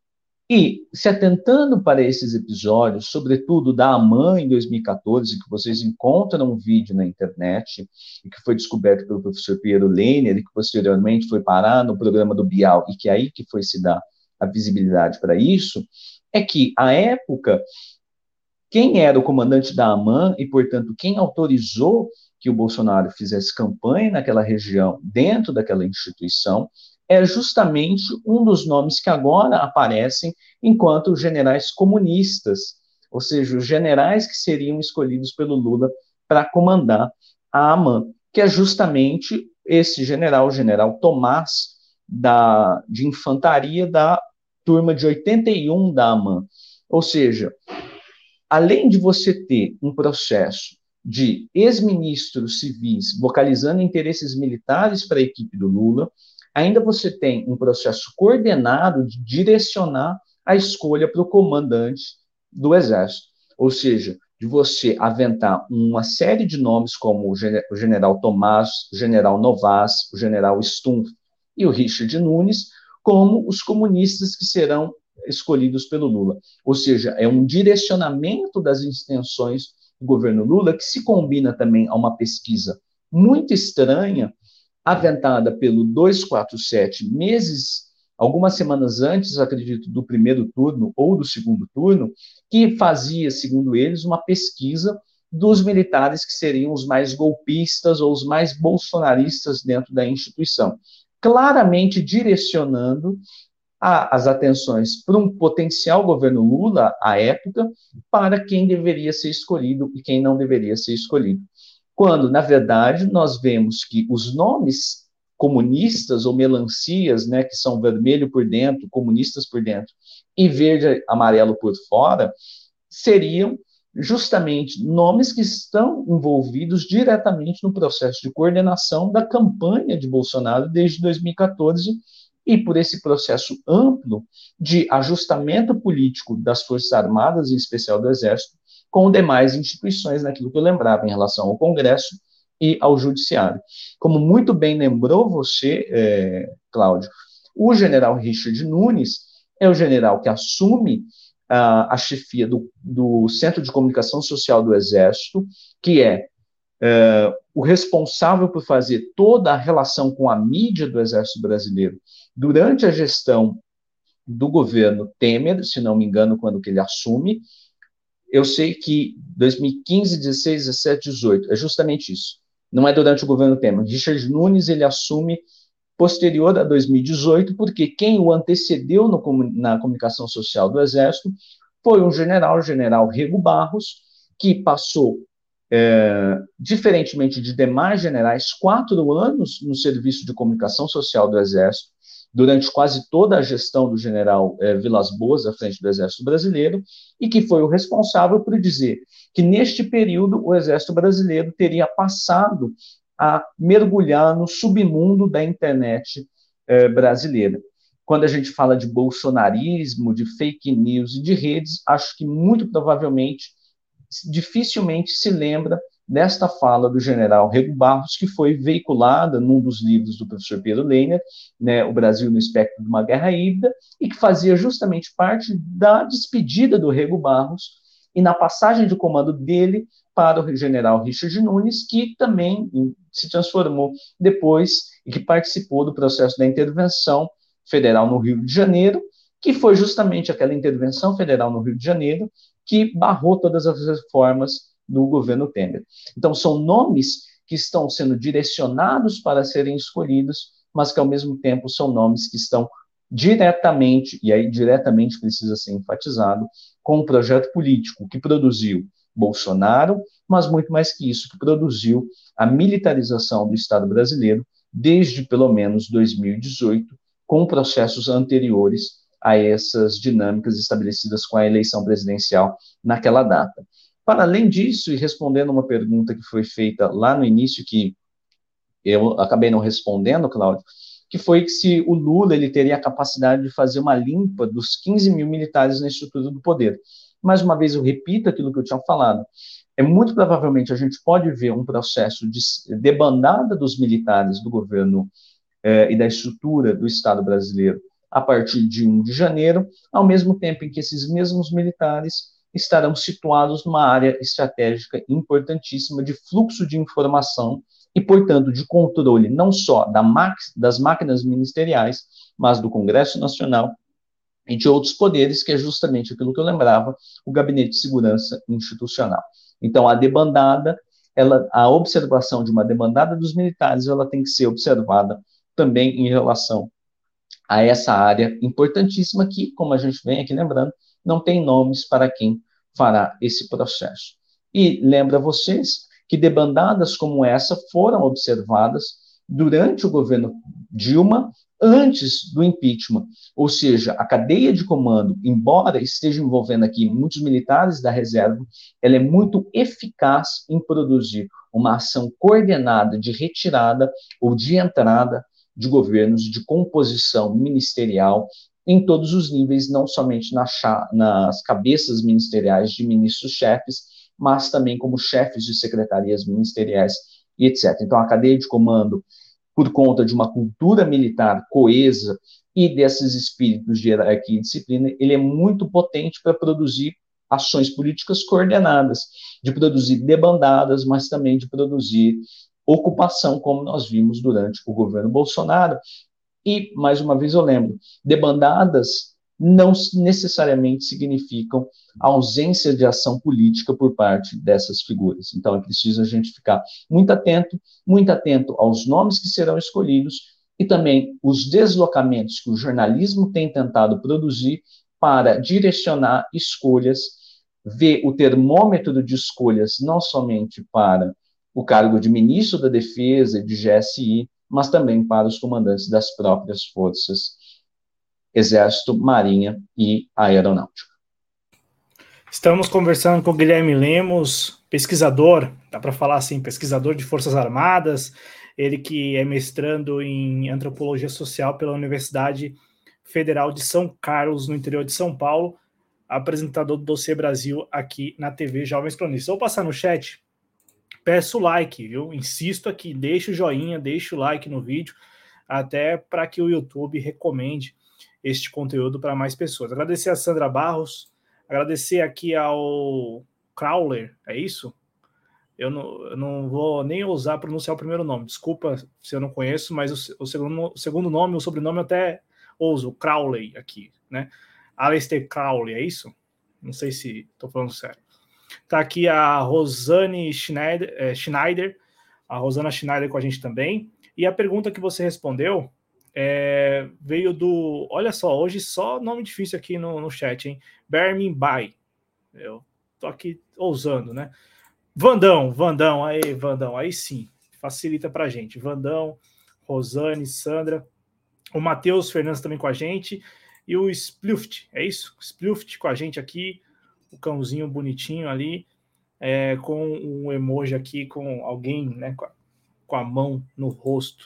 Speaker 2: E, se atentando para esses episódios, sobretudo da AMAN em dois mil e quatorze, que vocês encontram um vídeo na internet, e que foi descoberto pelo professor Piero Leiner, e que posteriormente foi parar no programa do Bial, e que é aí que foi se dar a visibilidade para isso, é que, à época, quem era o comandante da AMAN, e, portanto, quem autorizou que o Bolsonaro fizesse campanha naquela região, dentro daquela instituição, é justamente um dos nomes que agora aparecem enquanto generais comunistas, ou seja, os generais que seriam escolhidos pelo Lula para comandar a AMAN, que é justamente esse general, o general Tomás, da, de infantaria da turma de oitenta e um da AMAN. Ou seja, além de você ter um processo de ex-ministros civis vocalizando interesses militares para a equipe do Lula, ainda você tem um processo coordenado de direcionar a escolha para o comandante do Exército. Ou seja, de você aventar uma série de nomes como o general Tomás, o general Novas, o general Stumpf e o Richard Nunes, como os comunistas que serão escolhidos pelo Lula. Ou seja, é um direcionamento das intenções do governo Lula que se combina também a uma pesquisa muito estranha, aventada pelo duzentos e quarenta e sete, meses, algumas semanas antes, acredito, do primeiro turno ou do segundo turno, que fazia, segundo eles, uma pesquisa dos militares que seriam os mais golpistas ou os mais bolsonaristas dentro da instituição, claramente direcionando a, as atenções para um potencial governo Lula, à época, para quem deveria ser escolhido e quem não deveria ser escolhido. Quando, na verdade, nós vemos que os nomes comunistas ou melancias, né, que são vermelho por dentro, comunistas por dentro, e verde amarelo por fora, seriam justamente nomes que estão envolvidos diretamente no processo de coordenação da campanha de Bolsonaro desde dois mil e quatorze, e por esse processo amplo de ajustamento político das Forças Armadas, em especial do Exército, com demais instituições, naquilo que eu lembrava em relação ao Congresso e ao Judiciário. Como muito bem lembrou você, é, Cláudio, o general Richard Nunes é o general que assume a, a chefia do, do Centro de Comunicação Social do Exército, que é, é o responsável por fazer toda a relação com a mídia do Exército Brasileiro durante a gestão do governo Temer, se não me engano, quando que ele assume. Eu sei que dois mil e quinze, dezesseis, dezessete, dezoito, é justamente isso. Não é durante o governo Temer. Richard Nunes, ele assume posterior a dois mil e dezoito, porque quem o antecedeu no, na comunicação social do Exército foi um general, o general Rego Barros, que passou, é, diferentemente de demais generais, quatro anos no serviço de comunicação social do Exército, durante quase toda a gestão do general eh, Vilas Boas, à frente do Exército Brasileiro, e que foi o responsável por dizer que, neste período, o Exército Brasileiro teria passado a mergulhar no submundo da internet eh, brasileira. Quando a gente fala de bolsonarismo, de fake news e de redes, acho que, muito provavelmente, dificilmente se lembra desta fala do general Rego Barros, que foi veiculada num dos livros do professor Piero Leiner, né, O Brasil no Espectro de uma Guerra Híbrida, e que fazia justamente parte da despedida do Rego Barros e na passagem de comando dele para o general Richard Nunes, que também se transformou depois e que participou do processo da intervenção federal no Rio de Janeiro, que foi justamente aquela intervenção federal no Rio de Janeiro que barrou todas as reformas do governo Temer. Então, são nomes que que estão sendo direcionados para serem escolhidos, mas que, ao mesmo tempo, são nomes que estão diretamente, e aí diretamente precisa ser enfatizado, com um projeto político que produziu Bolsonaro, mas muito mais que isso, que produziu a militarização do Estado brasileiro desde pelo menos dois mil e dezoito, com processos anteriores a essas dinâmicas estabelecidas com a eleição presidencial naquela data. Para além disso, e respondendo uma pergunta que foi feita lá no início, que eu acabei não respondendo, Cláudio, que foi que se o Lula ele teria a capacidade de fazer uma limpa dos quinze mil militares na estrutura do poder. Mais uma vez, eu repito aquilo que eu tinha falado. É muito provavelmente a gente pode ver um processo de debandada dos militares do governo eh, e da estrutura do Estado brasileiro a partir de um de janeiro, ao mesmo tempo em que esses mesmos militares estarão situados numa área estratégica importantíssima de fluxo de informação e, portanto, de controle não só da das máquinas ministeriais, mas do Congresso Nacional e de outros poderes, que é justamente aquilo que eu lembrava, o Gabinete de Segurança Institucional. Então, a debandada, ela, a observação de uma debandada dos militares, ela tem que ser observada também em relação a essa área importantíssima que, como a gente vem aqui lembrando, não tem nomes para quem fará esse processo. E lembra vocês que debandadas como essa foram observadas durante o governo Dilma, antes do impeachment. Ou seja, a cadeia de comando, embora esteja envolvendo aqui muitos militares da reserva, ela é muito eficaz em produzir uma ação coordenada de retirada ou de entrada de governos, de composição ministerial em todos os níveis, não somente nas, nas cabeças ministeriais de ministros-chefes, mas também como chefes de secretarias ministeriais e etcétera. Então, a cadeia de comando, por conta de uma cultura militar coesa e desses espíritos de hierarquia e disciplina, ele é muito potente para produzir ações políticas coordenadas, de produzir debandadas, mas também de produzir ocupação, como nós vimos durante o governo Bolsonaro. E, mais uma vez eu lembro, debandadas não necessariamente significam ausência de ação política por parte dessas figuras. Então, é preciso a gente ficar muito atento, muito atento aos nomes que serão escolhidos e também os deslocamentos que o jornalismo tem tentado produzir para direcionar escolhas, ver o termômetro de escolhas não somente para o cargo de ministro da Defesa e de G S I, mas também para os comandantes das próprias forças, Exército, Marinha e Aeronáutica.
Speaker 1: Estamos conversando com o Guilherme Lemos, pesquisador, dá para falar assim, pesquisador de Forças Armadas, ele que é mestrando em Antropologia Social pela Universidade Federal de São Carlos, no interior de São Paulo, apresentador do Dossiê Brasil aqui na T V Jovens Cronistas. Vou passar no chat, peço like, viu? Insisto aqui, deixa o joinha, deixa o like no vídeo, até para que o YouTube recomende este conteúdo para mais pessoas. Agradecer a Sandra Barros, agradecer aqui ao Crowler, é isso? Eu não, eu não vou nem ousar pronunciar o primeiro nome, desculpa se eu não conheço, mas o, o, segundo, o segundo nome, o sobrenome eu até ouso, Crowley aqui, né? Aleister Crowley, é isso? Não sei se estou falando sério. Está aqui a Rosane Schneider, é, Schneider, a Rosana Schneider com a gente também. E a pergunta que você respondeu é, veio do... Olha só, hoje só nome difícil aqui no, no chat, hein? Bermin Bai. Eu tô aqui ousando, né? Vandão, Vandão, aí, Vandão, aí sim, facilita pra gente. Vandão, Rosane, Sandra, o Matheus Fernandes também com a gente, e o Spluft, é isso? Spluft com a gente aqui, o cãozinho bonitinho ali, é, com um emoji aqui, com alguém, né, com a, com a mão no rosto.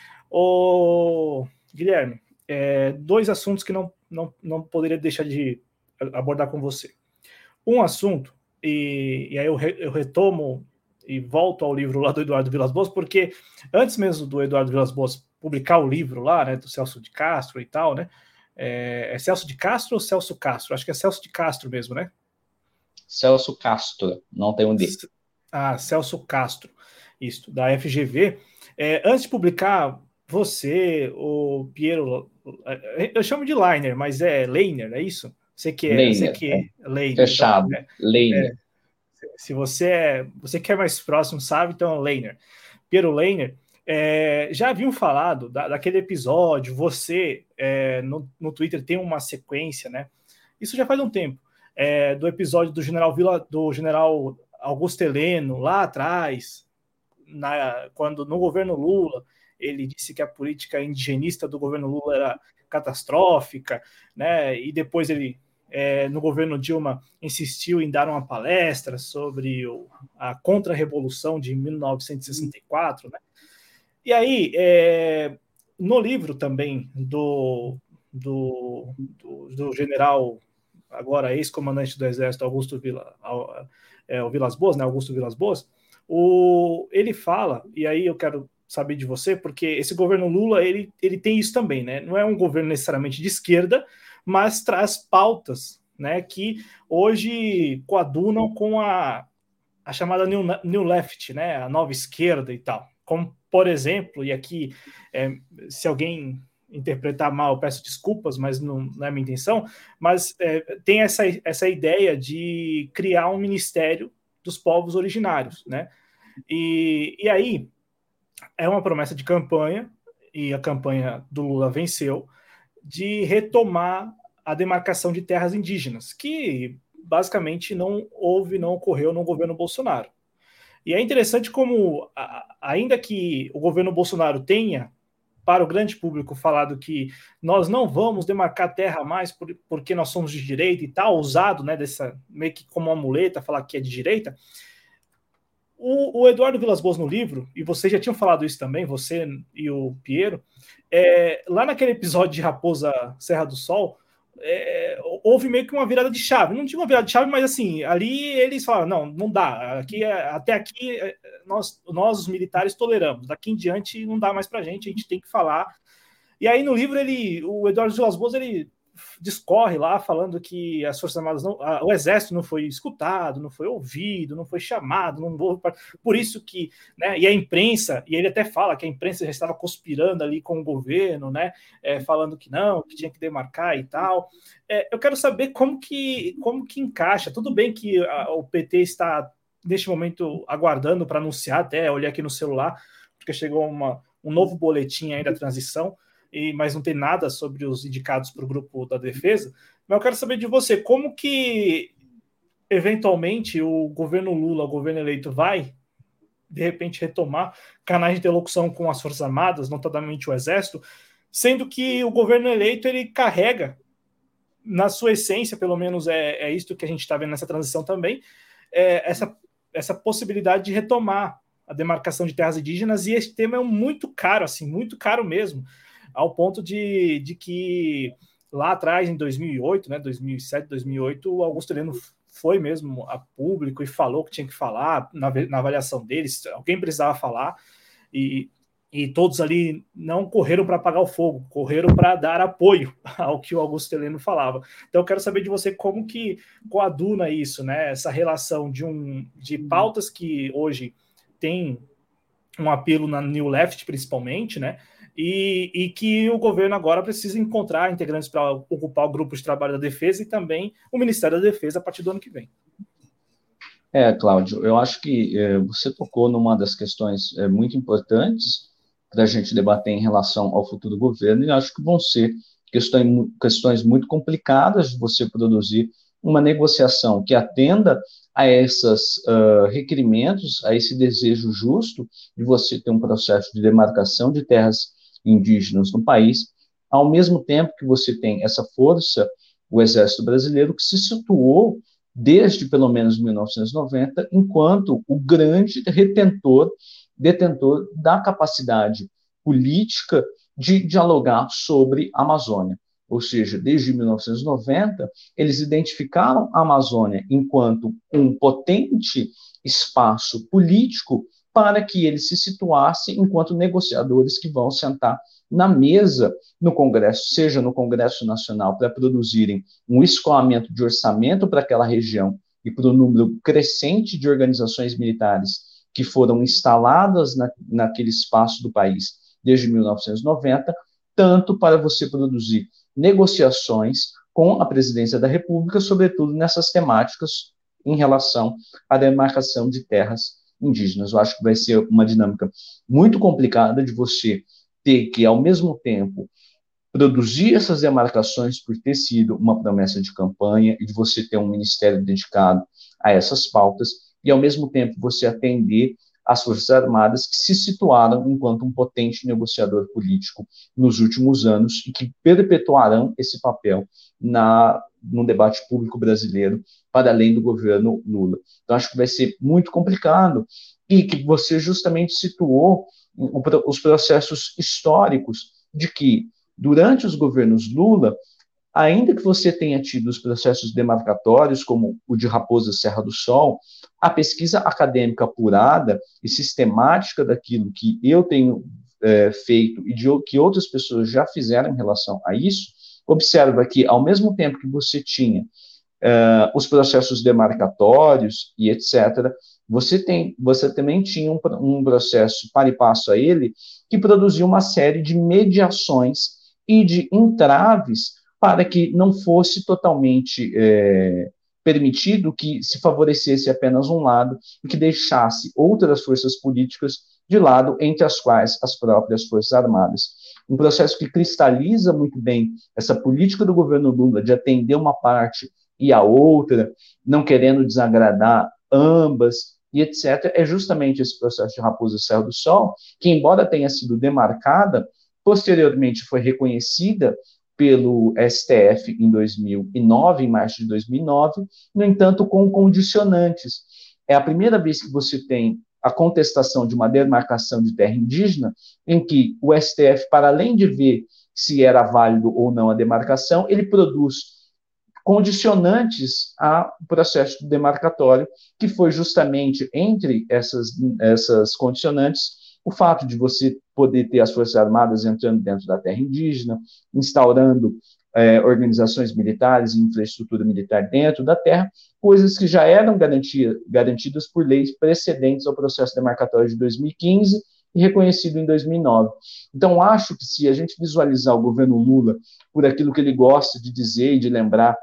Speaker 1: Ô, Guilherme, é, dois assuntos que não, não, não poderia deixar de abordar com você. Um assunto, e, e aí eu, re, eu retomo e volto ao livro lá do Eduardo Vilas Boas, porque antes mesmo do Eduardo Vilas Boas publicar o livro lá, né, do Celso de Castro e tal, né, é, é Celso de Castro ou Celso Castro? Acho que é Celso de Castro mesmo, né?
Speaker 2: Celso Castro, não tem um D.
Speaker 1: Ah, Celso Castro, isso, da F G V. É, antes de publicar, você, o Piero, eu chamo de Leiner, mas é Leiner, é isso? Você que é, você que é Leiner.
Speaker 2: Fechado,
Speaker 1: Então, é,
Speaker 2: Leiner.
Speaker 1: É, se você é, você que é mais próximo, sabe, então Leiner. Piero Leiner, é, já haviam falado da, daquele episódio, você é, no, no Twitter tem uma sequência, né? Isso já faz um tempo, é, do episódio do general Vila, do general Augusto Heleno, lá atrás, na, quando no governo Lula, ele disse que a política indigenista do governo Lula era catastrófica, né? E depois ele, é, no governo Dilma, insistiu em dar uma palestra sobre o, a contra-revolução de mil novecentos e sessenta e quatro, né? E aí, é, no livro também do, do, do, do general, agora ex-comandante do Exército, Augusto Vila, é, o Vilas Boas, né? Augusto Vilas Boas, o, ele fala, e aí eu quero saber de você, porque esse governo Lula, ele, ele tem isso também, né? Não é um governo necessariamente de esquerda, mas traz pautas, né, que hoje coadunam com a, a chamada New, New Left, né, a nova esquerda e tal. Como, por exemplo, e aqui, é, se alguém interpretar mal, eu peço desculpas, mas não, não é minha intenção, mas é, tem essa, essa ideia de criar um ministério dos povos originários, né? E, e aí, é uma promessa de campanha, e a campanha do Lula venceu, de retomar a demarcação de terras indígenas, que basicamente não houve, não ocorreu no governo Bolsonaro. E é interessante como, ainda que o governo Bolsonaro tenha, para o grande público, falado que nós não vamos demarcar terra mais porque nós somos de direita e tal, usado, né, dessa, meio que como uma muleta, falar que é de direita, o, o Eduardo Vilas Boas no livro, e vocês já tinham falado isso também, você e o Piero, é, lá naquele episódio de Raposa Serra do Sol, é, houve meio que uma virada de chave. Não digo uma virada de chave, mas assim, ali eles falaram, não, não dá. Aqui, até aqui nós, nós, os militares, toleramos. Daqui em diante não dá mais pra gente, a gente tem que falar. E aí no livro, ele, o Eduardo Vilas Boas, ele discorre lá falando que as Forças Armadas, não, a, o Exército não foi escutado, não foi ouvido, não foi chamado, não houve, por isso que, né, e a imprensa, e ele até fala que a imprensa já estava conspirando ali com o governo, né, é, falando que não, que tinha que demarcar e tal. É, eu quero saber como que, como que encaixa, tudo bem que a, o P T está, neste momento, aguardando para anunciar, até olhei aqui no celular, porque chegou uma, um novo boletim aí da transição, E, mas não tem nada sobre os indicados para o grupo da defesa. Mas eu quero saber de você, como que, eventualmente, o governo Lula, o governo eleito, vai, de repente, retomar canais de interlocução com as Forças Armadas, notadamente o Exército, sendo que o governo eleito, ele carrega, na sua essência, pelo menos é, é isso que a gente está vendo nessa transição também, é, essa, essa possibilidade de retomar a demarcação de terras indígenas, e esse tema é muito caro, assim, muito caro mesmo, ao ponto de, de que lá atrás, em dois mil e oito, né, dois mil e sete, dois mil e oito, o Augusto Heleno foi mesmo a público e falou que tinha que falar na, na avaliação deles, alguém precisava falar, e, e todos ali não correram para apagar o fogo, correram para dar apoio ao que o Augusto Heleno falava. Então eu quero saber de você como que coaduna isso, né, essa relação de, um, de pautas que hoje tem um apelo na New Left, principalmente, né, E, e que o governo agora precisa encontrar integrantes para ocupar o grupo de trabalho da defesa e também o Ministério da Defesa a partir do ano que vem.
Speaker 2: É, Cláudio, eu acho que é, você tocou numa das questões é, muito importantes para a gente debater em relação ao futuro governo, e acho que vão ser questões, questões muito complicadas de você produzir uma negociação que atenda a esses uh, requerimentos, a esse desejo justo de você ter um processo de demarcação de terras indígenas no país, ao mesmo tempo que você tem essa força, o Exército Brasileiro, que se situou desde pelo menos mil novecentos e noventa, enquanto o grande retentor, detentor da capacidade política de dialogar sobre a Amazônia. Ou seja, desde mil novecentos e noventa, eles identificaram a Amazônia enquanto um potente espaço político para que eles se situassem enquanto negociadores que vão sentar na mesa no Congresso, seja no Congresso Nacional, para produzirem um escoamento de orçamento para aquela região e para o número crescente de organizações militares que foram instaladas na, naquele espaço do país desde mil novecentos e noventa, tanto para você produzir negociações com a presidência da República, sobretudo nessas temáticas em relação à demarcação de terras indígenas. Eu acho que vai ser uma dinâmica muito complicada de você ter que, ao mesmo tempo, produzir essas demarcações por ter sido uma promessa de campanha e de você ter um ministério dedicado a essas pautas e, ao mesmo tempo, você atender as Forças Armadas que se situaram enquanto um potente negociador político nos últimos anos e que perpetuarão esse papel na, no debate público brasileiro para além do governo Lula. Então, acho que vai ser muito complicado e que você justamente situou os processos históricos de que, durante os governos Lula, ainda que você tenha tido os processos demarcatórios, como o de Raposa Serra do Sol, a pesquisa acadêmica apurada e sistemática daquilo que eu tenho é, feito e de que outras pessoas já fizeram em relação a isso, observa que, ao mesmo tempo que você tinha uh, os processos demarcatórios e etcétera, você, tem, você também tinha um, um processo para e passo a ele que produziu uma série de mediações e de entraves para que não fosse totalmente é, permitido que se favorecesse apenas um lado e que deixasse outras forças políticas de lado, entre as quais as próprias Forças Armadas. Um processo que cristaliza muito bem essa política do governo Lula de atender uma parte e a outra, não querendo desagradar ambas, e etcétera, é justamente esse processo de Raposa Serra do Sol, que, embora tenha sido demarcada, posteriormente foi reconhecida pelo S T F em dois mil e nove, em março de dois mil e nove, no entanto, com condicionantes. É a primeira vez que você tem a contestação de uma demarcação de terra indígena, em que o S T F, para além de ver se era válido ou não a demarcação, ele produz condicionantes ao processo demarcatório, que foi justamente entre essas, essas condicionantes o fato de você poder ter as Forças Armadas entrando dentro da terra indígena, instaurando é, organizações militares e infraestrutura militar dentro da terra, coisas que já eram garantia, garantidas por leis precedentes ao processo demarcatório de dois mil e quinze e reconhecido em dois mil e nove. Então, acho que se a gente visualizar o governo Lula por aquilo que ele gosta de dizer e de lembrar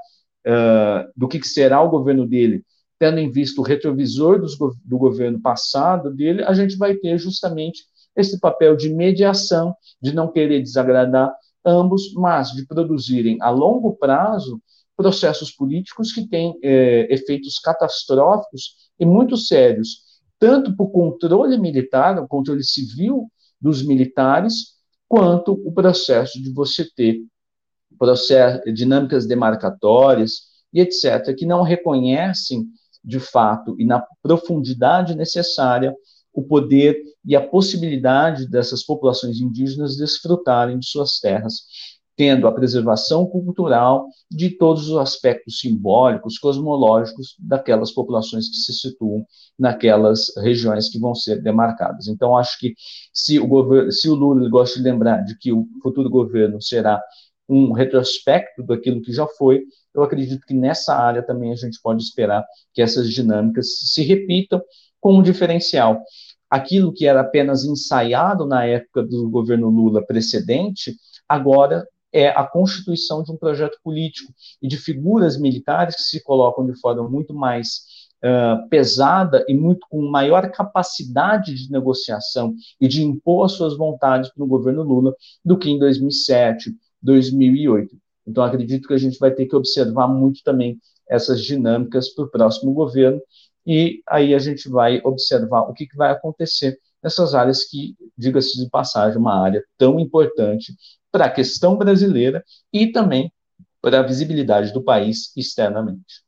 Speaker 2: Uh, do que será o governo dele, tendo em vista o retrovisor dos, do governo passado dele, a gente vai ter justamente esse papel de mediação, de não querer desagradar ambos, mas de produzirem a longo prazo processos políticos que têm eh, efeitos catastróficos e muito sérios, tanto para o controle militar, o controle civil dos militares, quanto o processo de você ter processo, dinâmicas demarcatórias e etcétera, que não reconhecem, de fato, e na profundidade necessária, o poder e a possibilidade dessas populações indígenas desfrutarem de suas terras, tendo a preservação cultural de todos os aspectos simbólicos, cosmológicos daquelas populações que se situam naquelas regiões que vão ser demarcadas. Então, acho que se o, governo, se o Lula gosta de lembrar de que o futuro governo será um retrospecto daquilo que já foi, eu acredito que nessa área também a gente pode esperar que essas dinâmicas se repitam com um diferencial. Aquilo que era apenas ensaiado na época do governo Lula precedente, agora é a constituição de um projeto político e de figuras militares que se colocam de forma muito mais uh, pesada e muito com maior capacidade de negociação e de impor as suas vontades para o governo Lula do que em dois mil e sete, dois mil e oito. Então, acredito que a gente vai ter que observar muito também essas dinâmicas para o próximo governo, e aí a gente vai observar o que, que vai acontecer nessas áreas que, diga-se de passagem, uma área tão importante para a questão brasileira e também para a visibilidade do país externamente.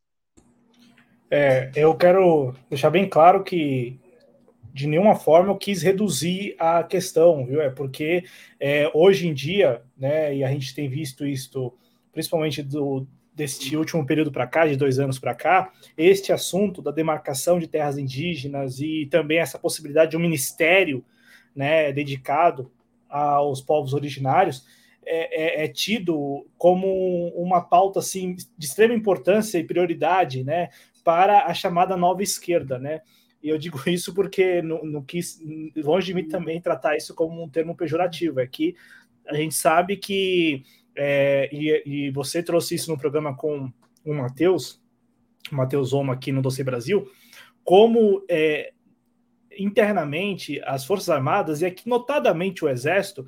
Speaker 1: É, eu quero deixar bem claro que de nenhuma forma eu quis reduzir a questão, viu? É porque é, hoje em dia, né, e a gente tem visto isso, principalmente do, deste último período para cá, de dois anos para cá, este assunto da demarcação de terras indígenas e também essa possibilidade de um ministério, né, dedicado aos povos originários, é, é, é tido como uma pauta assim, de extrema importância e prioridade, né, para a chamada nova esquerda, né? E eu digo isso porque não, não quis, longe de mim também tratar isso como um termo pejorativo. É que a gente sabe que, é, e, e você trouxe isso no programa com o Matheus, o Matheus Oma aqui no Dossiê Brasil, como é, internamente, as Forças Armadas, e aqui notadamente o Exército,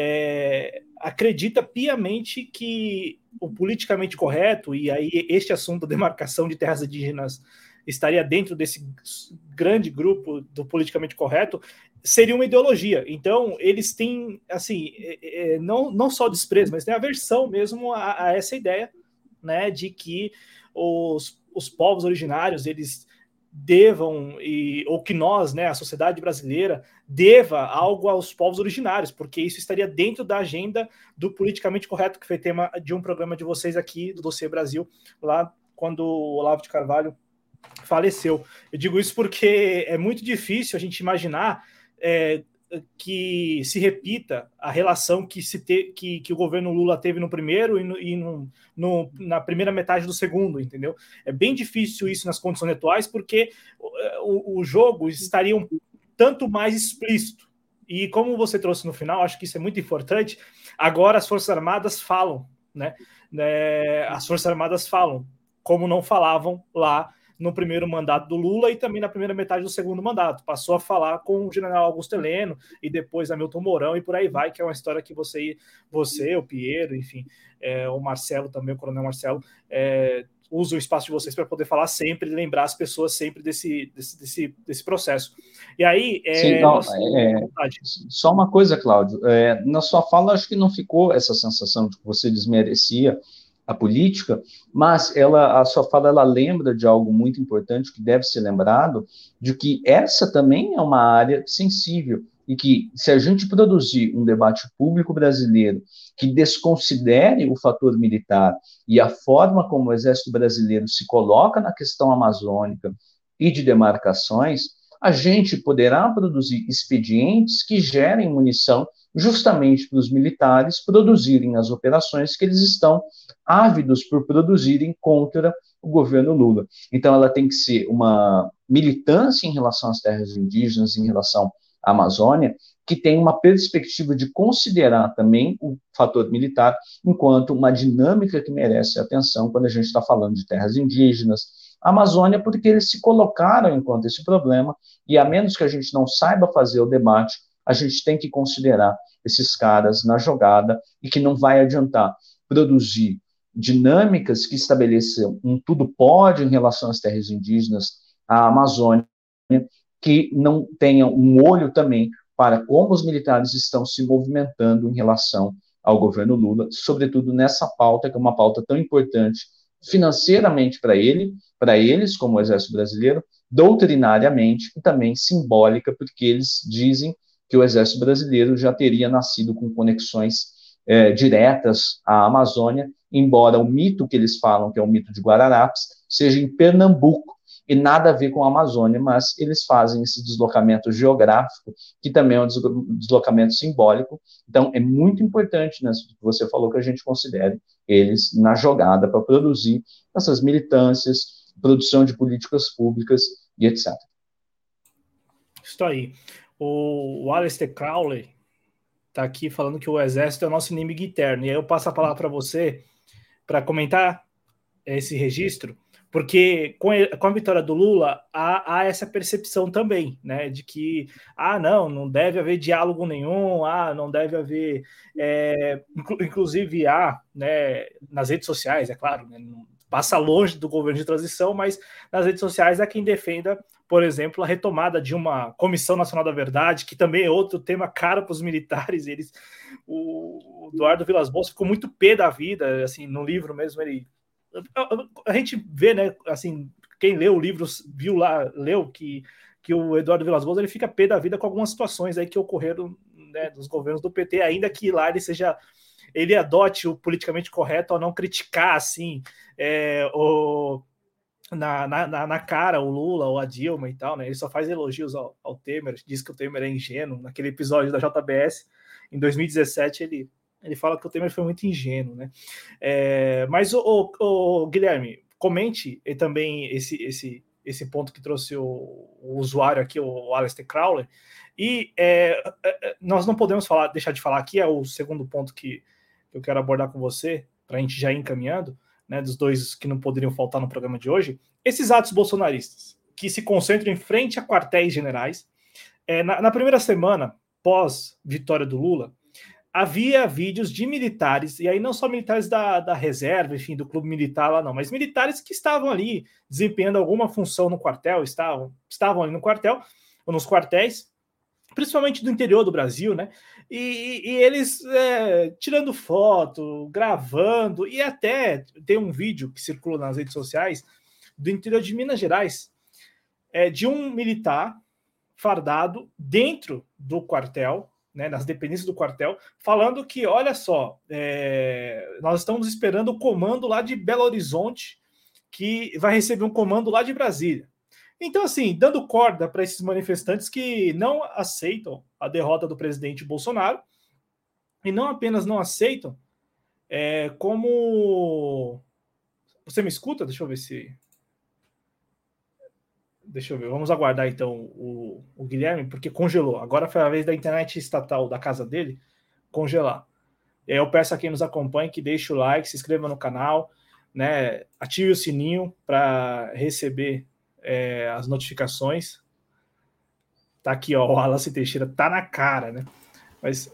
Speaker 1: é, acredita piamente que o politicamente correto, e aí este assunto da demarcação de terras indígenas estaria dentro desse grande grupo do politicamente correto, seria uma ideologia. Então, eles têm, assim, é, é, não, não só desprezo, mas tem aversão mesmo a, a essa ideia, né, de que os, os povos originários, eles devam, e, ou que nós, né, a sociedade brasileira, deva algo aos povos originários, porque isso estaria dentro da agenda do politicamente correto, que foi tema de um programa de vocês aqui, do Dossiê Brasil, lá quando o Olavo de Carvalho faleceu. Eu digo isso porque é muito difícil a gente imaginar é, que se repita a relação que, se te, que, que o governo Lula teve no primeiro e, no, e no, no, na primeira metade do segundo, entendeu? É bem difícil isso nas condições atuais, porque o, o jogo estaria um tanto mais explícito. E como você trouxe no final, acho que isso é muito importante, agora as Forças Armadas falam, né? É, as Forças Armadas falam, como não falavam lá no primeiro mandato do Lula e também na primeira metade do segundo mandato. Passou a falar com o general Augusto Heleno e depois Hamilton Mourão e por aí vai, que é uma história que você, você o Piero, enfim, é, o Marcelo também, o coronel Marcelo, é, usa o espaço de vocês para poder falar sempre, lembrar as pessoas sempre desse, desse, desse, desse processo. E aí, é,
Speaker 2: Sim, não,
Speaker 1: nossa,
Speaker 2: é, só uma coisa, Cláudio, é, na sua fala acho que não ficou essa sensação de que você desmerecia a política, mas ela, a sua fala ela lembra de algo muito importante que deve ser lembrado, de que essa também é uma área sensível e que se a gente produzir um debate público brasileiro que desconsidere o fator militar e a forma como o Exército Brasileiro se coloca na questão amazônica e de demarcações, a gente poderá produzir expedientes que gerem munição justamente para os militares produzirem as operações que eles estão ávidos por produzirem contra o governo Lula. Então, ela tem que ser uma militância em relação às terras indígenas, em relação à Amazônia, que tem uma perspectiva de considerar também o fator militar enquanto uma dinâmica que merece atenção quando a gente está falando de terras indígenas, Amazônia, porque eles se colocaram enquanto esse problema, e a menos que a gente não saiba fazer o debate, a gente tem que considerar esses caras na jogada e que não vai adiantar produzir dinâmicas que estabeleçam um tudo pode em relação às terras indígenas, à Amazônia, que não tenham um olho também para como os militares estão se movimentando em relação ao governo Lula, sobretudo nessa pauta, que é uma pauta tão importante financeiramente para ele, para eles, como o Exército Brasileiro, doutrinariamente e também simbólica, porque eles dizem que o Exército Brasileiro já teria nascido com conexões é, diretas à Amazônia, embora o mito que eles falam, que é o mito de Guararapes, seja em Pernambuco e nada a ver com a Amazônia, mas eles fazem esse deslocamento geográfico, que também é um deslocamento simbólico. Então, é muito importante, né, que você falou, que a gente considere eles na jogada para produzir essas militâncias, produção de políticas públicas e etcétera.
Speaker 1: Isso aí. O Aleister Crowley está aqui falando que o Exército é o nosso inimigo eterno. E aí eu passo a palavra para você para comentar esse registro, porque com a vitória do Lula há, há essa percepção também, né, de que, ah, não, não deve haver diálogo nenhum, ah, não deve haver, é, inclusive há, né, nas redes sociais, é claro, né, passa longe do governo de transição, mas nas redes sociais há quem defenda, por exemplo, a retomada de uma Comissão Nacional da Verdade, que também é outro tema caro para os militares. Eles, o Eduardo Vilas Boas ficou muito pé da vida, assim, no livro mesmo, ele... A gente vê, né, assim, quem leu o livro, viu lá, leu que, que o Eduardo Vilas Boas, ele fica pé da vida com algumas situações aí que ocorreram, né, dos governos do P T, ainda que lá ele seja... ele adote o politicamente correto ao não criticar, assim, é, o, na, na, na cara o Lula ou a Dilma e tal, né? Ele só faz elogios ao, ao Temer, diz que o Temer é ingênuo. Naquele episódio da J B S, em dois mil e dezessete, ele, ele fala que o Temer foi muito ingênuo, né? É, mas, o, o, o Guilherme, comente também esse, esse, esse ponto que trouxe o, o usuário aqui, o Aleister Crowley, e é, nós não podemos falar, deixar de falar aqui, é o segundo ponto que eu quero abordar com você, para a gente já ir encaminhando, né, dos dois que não poderiam faltar no programa de hoje, esses atos bolsonaristas, que se concentram em frente a quartéis generais, É, na, na primeira semana, pós-vitória do Lula, havia vídeos de militares, e aí não só militares da, da reserva, enfim, do clube militar lá não, mas militares que estavam ali desempenhando alguma função no quartel, estavam, estavam ali no quartel, ou nos quartéis, principalmente do interior do Brasil, né? E, e eles é, tirando foto, gravando, e até tem um vídeo que circula nas redes sociais do interior de Minas Gerais, é, de um militar fardado dentro do quartel, né, nas dependências do quartel, falando que, olha só, é, nós estamos esperando o comando lá de Belo Horizonte, que vai receber um comando lá de Brasília. Então, assim, dando corda para esses manifestantes que não aceitam a derrota do presidente Bolsonaro, e não apenas não aceitam, é, como... Você me escuta? Deixa eu ver se... Deixa eu ver, vamos aguardar então o, o Guilherme, porque congelou. Agora foi a vez da internet estatal da casa dele congelar. E aí eu peço a quem nos acompanha que deixe o like, se inscreva no canal, né, ative o sininho para receber é, as notificações. Tá aqui, ó, o Wallace Teixeira tá na cara, né? Mas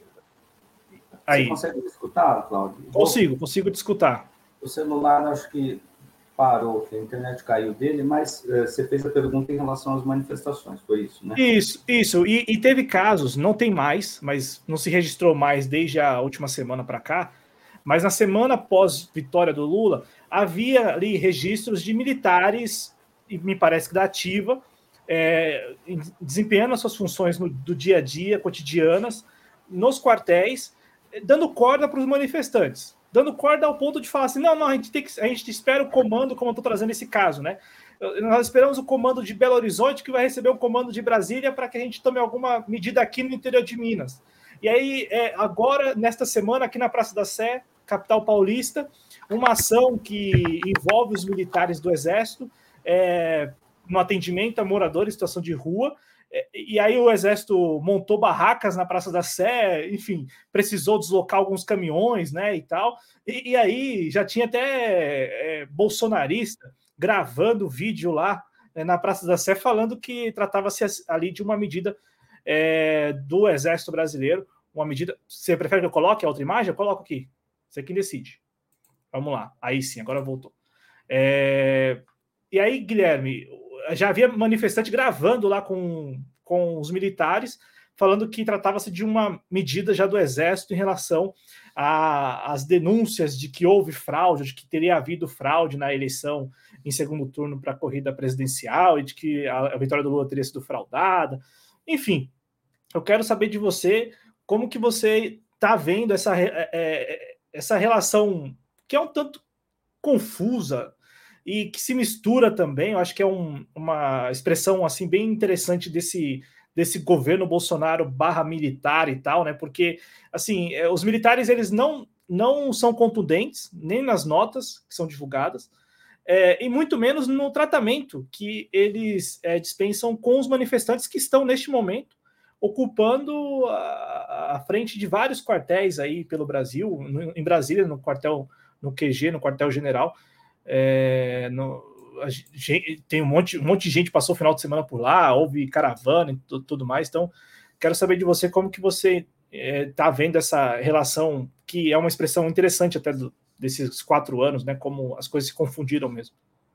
Speaker 1: aí.
Speaker 3: Você consegue me escutar, Cláudio?
Speaker 1: Consigo, consigo te escutar.
Speaker 3: O celular, acho que parou, que a internet caiu dele, mas uh, você fez a pergunta em relação às manifestações, foi isso, né?
Speaker 1: Isso, isso. E, e teve casos, não tem mais, mas não se registrou mais desde a última semana para cá, mas na semana pós-vitória do Lula, havia ali registros de militares, e me parece que da ativa, é, desempenhando as suas funções no, do dia a dia, cotidianas, nos quartéis, dando corda para os manifestantes. Dando corda ao ponto de falar assim, não, não, a gente, tem que, a gente espera o comando, como eu estou trazendo esse caso, né? Nós esperamos o comando de Belo Horizonte, que vai receber o comando de Brasília, para que a gente tome alguma medida aqui no interior de Minas. E aí, é, agora, nesta semana, aqui na Praça da Sé, capital paulista, uma ação que envolve os militares do Exército, é, no atendimento a moradores em situação de rua. E aí o Exército montou barracas na Praça da Sé, enfim, precisou deslocar alguns caminhões, né, e tal. E, e aí já tinha até é, bolsonarista gravando vídeo lá, né, na Praça da Sé, falando que tratava-se ali de uma medida é, do Exército Brasileiro, uma medida... Você prefere que eu coloque a outra imagem? Eu coloco aqui. Você quem decide. Vamos lá. Aí sim, agora voltou. É... E aí, Guilherme... Já havia manifestante gravando lá com, com os militares, falando que tratava-se de uma medida já do Exército em relação às denúncias de que houve fraude, de que teria havido fraude na eleição em segundo turno para a corrida presidencial e de que a, a vitória do Lula teria sido fraudada. Enfim, eu quero saber de você como que você está vendo essa, é, essa relação que é um tanto confusa e que se mistura também, eu acho que é um, uma expressão assim bem interessante desse, desse governo Bolsonaro barra militar e tal, né? Porque assim, os militares eles não, não são contundentes, nem nas notas que são divulgadas, é, e muito menos no tratamento que eles é, dispensam com os manifestantes que estão neste momento ocupando a, a frente de vários quartéis aí pelo Brasil, no, em Brasília, no quartel, no Q G, no quartel-general. É, no, a gente, tem um monte, um monte de gente passou o final de semana por lá, houve caravana e tudo, tudo mais, então quero saber de você como que você está é, vendo essa relação, que é uma expressão interessante até do, desses quatro anos, né, como as coisas se confundiram mesmo.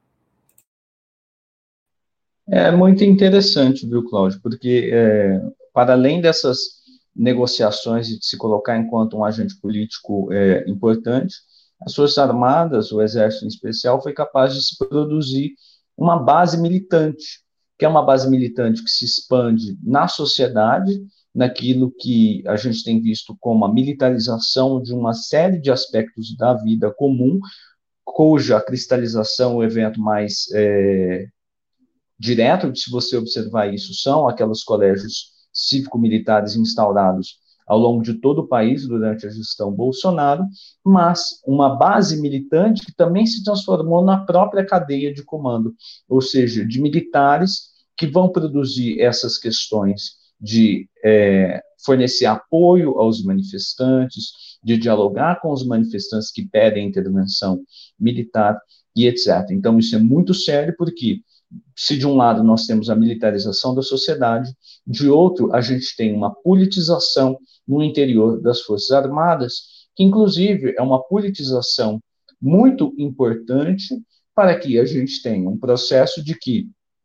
Speaker 2: É muito interessante, viu, Cláudio, porque é, para além dessas negociações e de se colocar enquanto um agente político é, importante, as Forças Armadas, o Exército em especial, foi capaz de se produzir uma base militante, que é uma base militante que se expande na sociedade, naquilo que a gente tem visto como a militarização de uma série de aspectos da vida comum, cuja cristalização, o evento mais é, direto, se você observar isso, são aqueles colégios cívico-militares instaurados ao longo de todo o país durante a gestão Bolsonaro, mas uma base militante que também se transformou na própria cadeia de comando, ou seja, de militares que vão produzir essas questões de é, fornecer apoio aos manifestantes, de dialogar com os manifestantes que pedem intervenção militar e etcétera. Então, isso é muito sério porque se de um lado nós temos a militarização da sociedade, de outro a gente tem uma politização no interior das Forças Armadas, que inclusive é uma politização muito importante para que a gente tenha um processo de que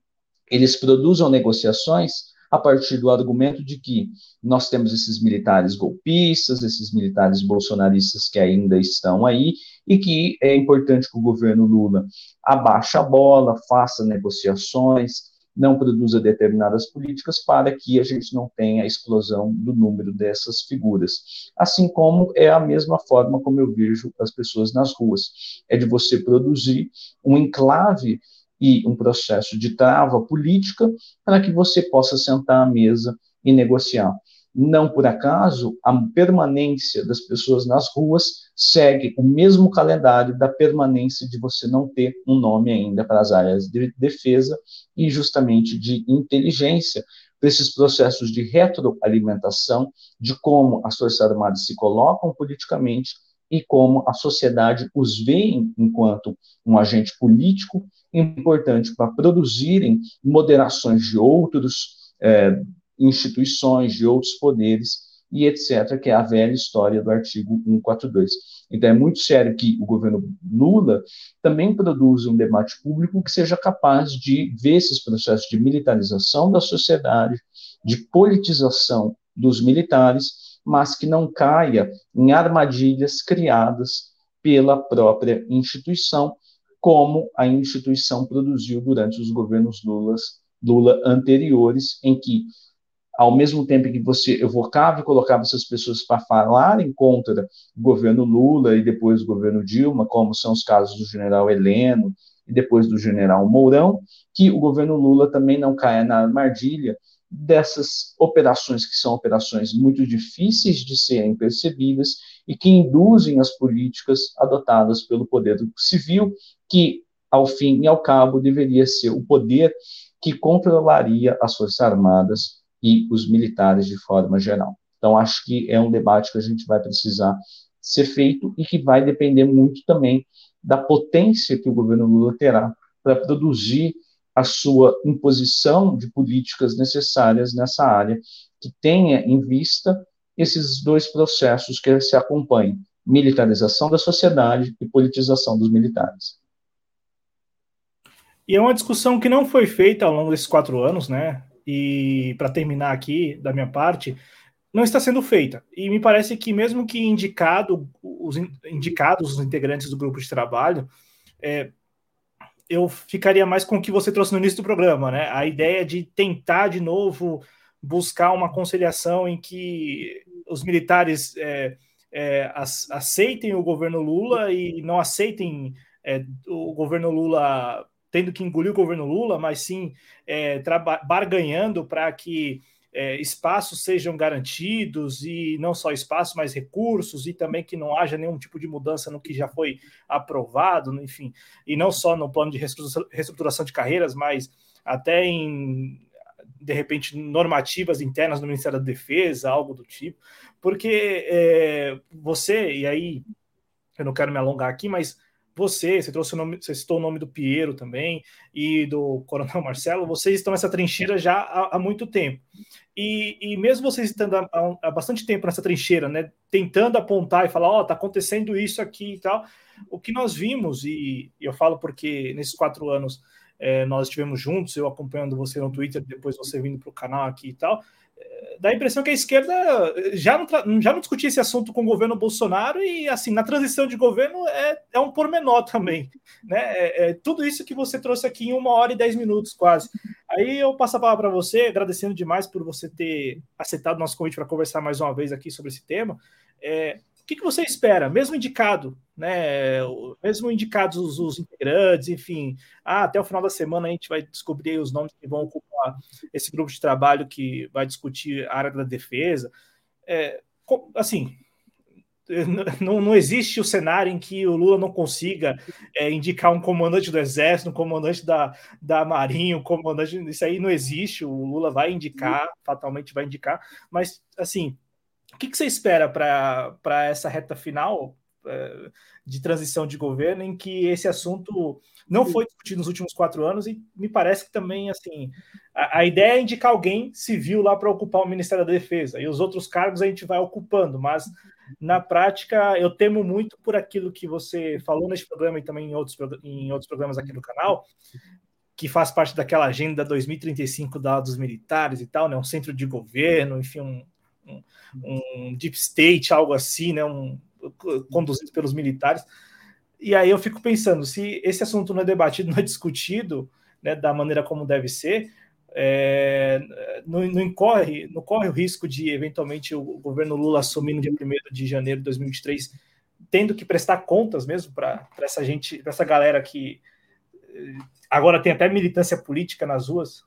Speaker 2: eles produzam negociações a partir do argumento de que nós temos esses militares golpistas, esses militares bolsonaristas que ainda estão aí, e que é importante que o governo Lula abaixe a bola, faça negociações, não produza determinadas políticas para que a gente não tenha a explosão do número dessas figuras. Assim como é a mesma forma como eu vejo as pessoas nas ruas. É de você produzir um enclave e um processo de trava política para que você possa sentar à mesa e negociar. Não por acaso, a permanência das pessoas nas ruas segue o mesmo calendário da permanência de você não ter um nome ainda para as áreas de defesa e justamente de inteligência, para esses processos de retroalimentação de como as Forças Armadas se colocam politicamente e como a sociedade os vê enquanto um agente político importante para produzirem moderações de outros é, instituições, de outros poderes, e etcétera, que é a velha história do artigo cento e quarenta e dois. Então, é muito sério que o governo Lula também produza um debate público que seja capaz de ver esses processos de militarização da sociedade, de politização dos militares, mas que não caia em armadilhas criadas pela própria instituição, como a instituição produziu durante os governos Lula, Lula anteriores, em que, ao mesmo tempo que você evocava e colocava essas pessoas para falarem contra o governo Lula e depois o governo Dilma, como são os casos do general Heleno e depois do general Mourão, que o governo Lula também não caia na armadilha dessas operações que são operações muito difíceis de serem percebidas e que induzem as políticas adotadas pelo poder civil, que, ao fim e ao cabo, deveria ser o poder que controlaria as Forças Armadas e os militares de forma geral. Então, acho que é um debate que a gente vai precisar ser feito e que vai depender muito também da potência que o governo Lula terá para produzir a sua imposição de políticas necessárias nessa área, que tenha em vista esses dois processos que se acompanham, militarização da sociedade e politização dos militares.
Speaker 1: E é uma discussão que não foi feita ao longo desses quatro anos, né? E para terminar aqui, da minha parte, não está sendo feita. E me parece que mesmo que indicado, os indicados, os integrantes do grupo de trabalho, é, eu ficaria mais com o que você trouxe no início do programa, né? A ideia de tentar de novo buscar uma conciliação em que os militares é, é, aceitem o governo Lula e não aceitem é, o governo Lula tendo que engolir o governo Lula, mas sim é, barganhando para que é, espaços sejam garantidos, e não só espaço, mas recursos, e também que não haja nenhum tipo de mudança no que já foi aprovado, enfim, e não só no plano de reestruturação de carreiras, mas até em, de repente, normativas internas do Ministério da Defesa, algo do tipo, porque é, você, e aí eu não quero me alongar aqui, mas você, você trouxe o nome, você citou o nome do Piero também e do Coronel Marcelo, vocês estão nessa trincheira já há, há muito tempo. E, e mesmo vocês estando há, há bastante tempo nessa trincheira, né, tentando apontar e falar, ó, oh, tá acontecendo isso aqui e tal, o que nós vimos, e, e eu falo porque nesses quatro anos é, nós estivemos juntos, eu acompanhando você no Twitter, depois você vindo para o canal aqui e tal, dá a impressão que a esquerda já não, já não discutia esse assunto com o governo Bolsonaro, e assim, na transição de governo é, é um pormenor também, né? É, é tudo isso que você trouxe aqui em uma hora e dez minutos quase. Aí eu passo a palavra para você, agradecendo demais por você ter aceitado o nosso convite para conversar mais uma vez aqui sobre esse tema. É, o que, que você espera, mesmo indicado, né? Mesmo indicados os, os integrantes, enfim, ah, até o final da semana a gente vai descobrir os nomes que vão ocupar esse grupo de trabalho que vai discutir a área da defesa. É, assim, não, não existe o cenário em que o Lula não consiga é, indicar um comandante do Exército, um comandante da, da Marinha, um comandante. Isso aí não existe. O Lula vai indicar, fatalmente vai indicar, mas assim. O que, que você espera para essa reta final, de transição de governo, em que esse assunto não foi discutido nos últimos quatro anos, e me parece que também, assim, a, a ideia é indicar alguém civil lá para ocupar o Ministério da Defesa, e os outros cargos a gente vai ocupando, mas na prática eu temo muito por aquilo que você falou nesse programa e também em outros, em outros programas aqui no canal, que faz parte daquela agenda dois mil e trinta e cinco da, dos militares e tal, né, um centro de governo, enfim, um, um, um deep state, algo assim, né, um, conduzido pelos militares. E aí eu fico pensando, se esse assunto não é debatido, não é discutido, né, da maneira como deve ser, é, não, não, corre, não corre o risco de, eventualmente, o governo Lula assumir no dia primeiro de janeiro de dois mil e vinte e três, tendo que prestar contas mesmo para essa gente, para essa galera que agora tem até militância política nas ruas?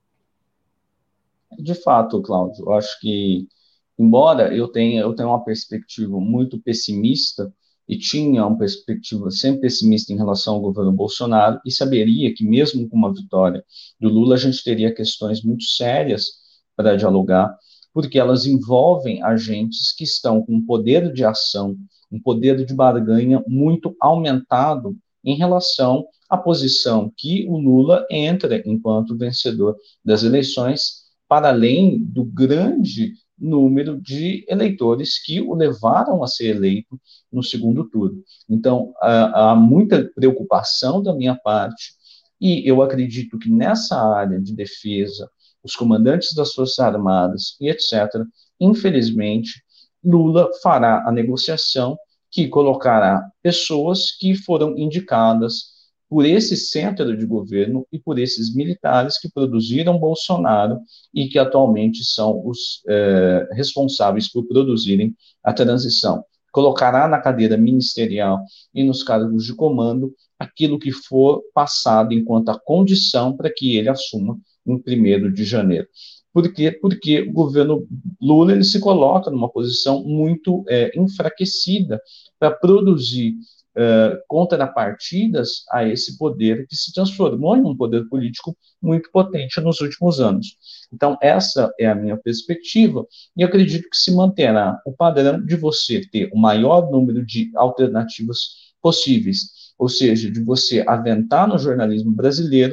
Speaker 2: De fato, Cláudio, eu acho que, embora eu tenha, eu tenha uma perspectiva muito pessimista, e tinha uma perspectiva sempre pessimista em relação ao governo Bolsonaro, e saberia que mesmo com uma vitória do Lula, a gente teria questões muito sérias para dialogar, porque elas envolvem agentes que estão com um poder de ação, um poder de barganha muito aumentado em relação à posição que o Lula entra enquanto vencedor das eleições, para além do grande número de eleitores que o levaram a ser eleito no segundo turno. Então, há, há muita preocupação da minha parte, e eu acredito que nessa área de defesa, os comandantes das Forças Armadas e etcétera, infelizmente, Lula fará a negociação que colocará pessoas que foram indicadas por esse centro de governo e por esses militares que produziram Bolsonaro e que atualmente são os eh, responsáveis por produzirem a transição. Colocará na cadeira ministerial e nos cargos de comando aquilo que for passado enquanto a condição para que ele assuma em primeiro de janeiro. Por quê? Porque o governo Lula ele se coloca numa posição muito eh, enfraquecida para produzir Uh, contrapartidas a esse poder que se transformou em um poder político muito potente nos últimos anos. Então, essa é a minha perspectiva, e acredito que se manterá o padrão de você ter o maior número de alternativas possíveis, ou seja, de você aventar no jornalismo brasileiro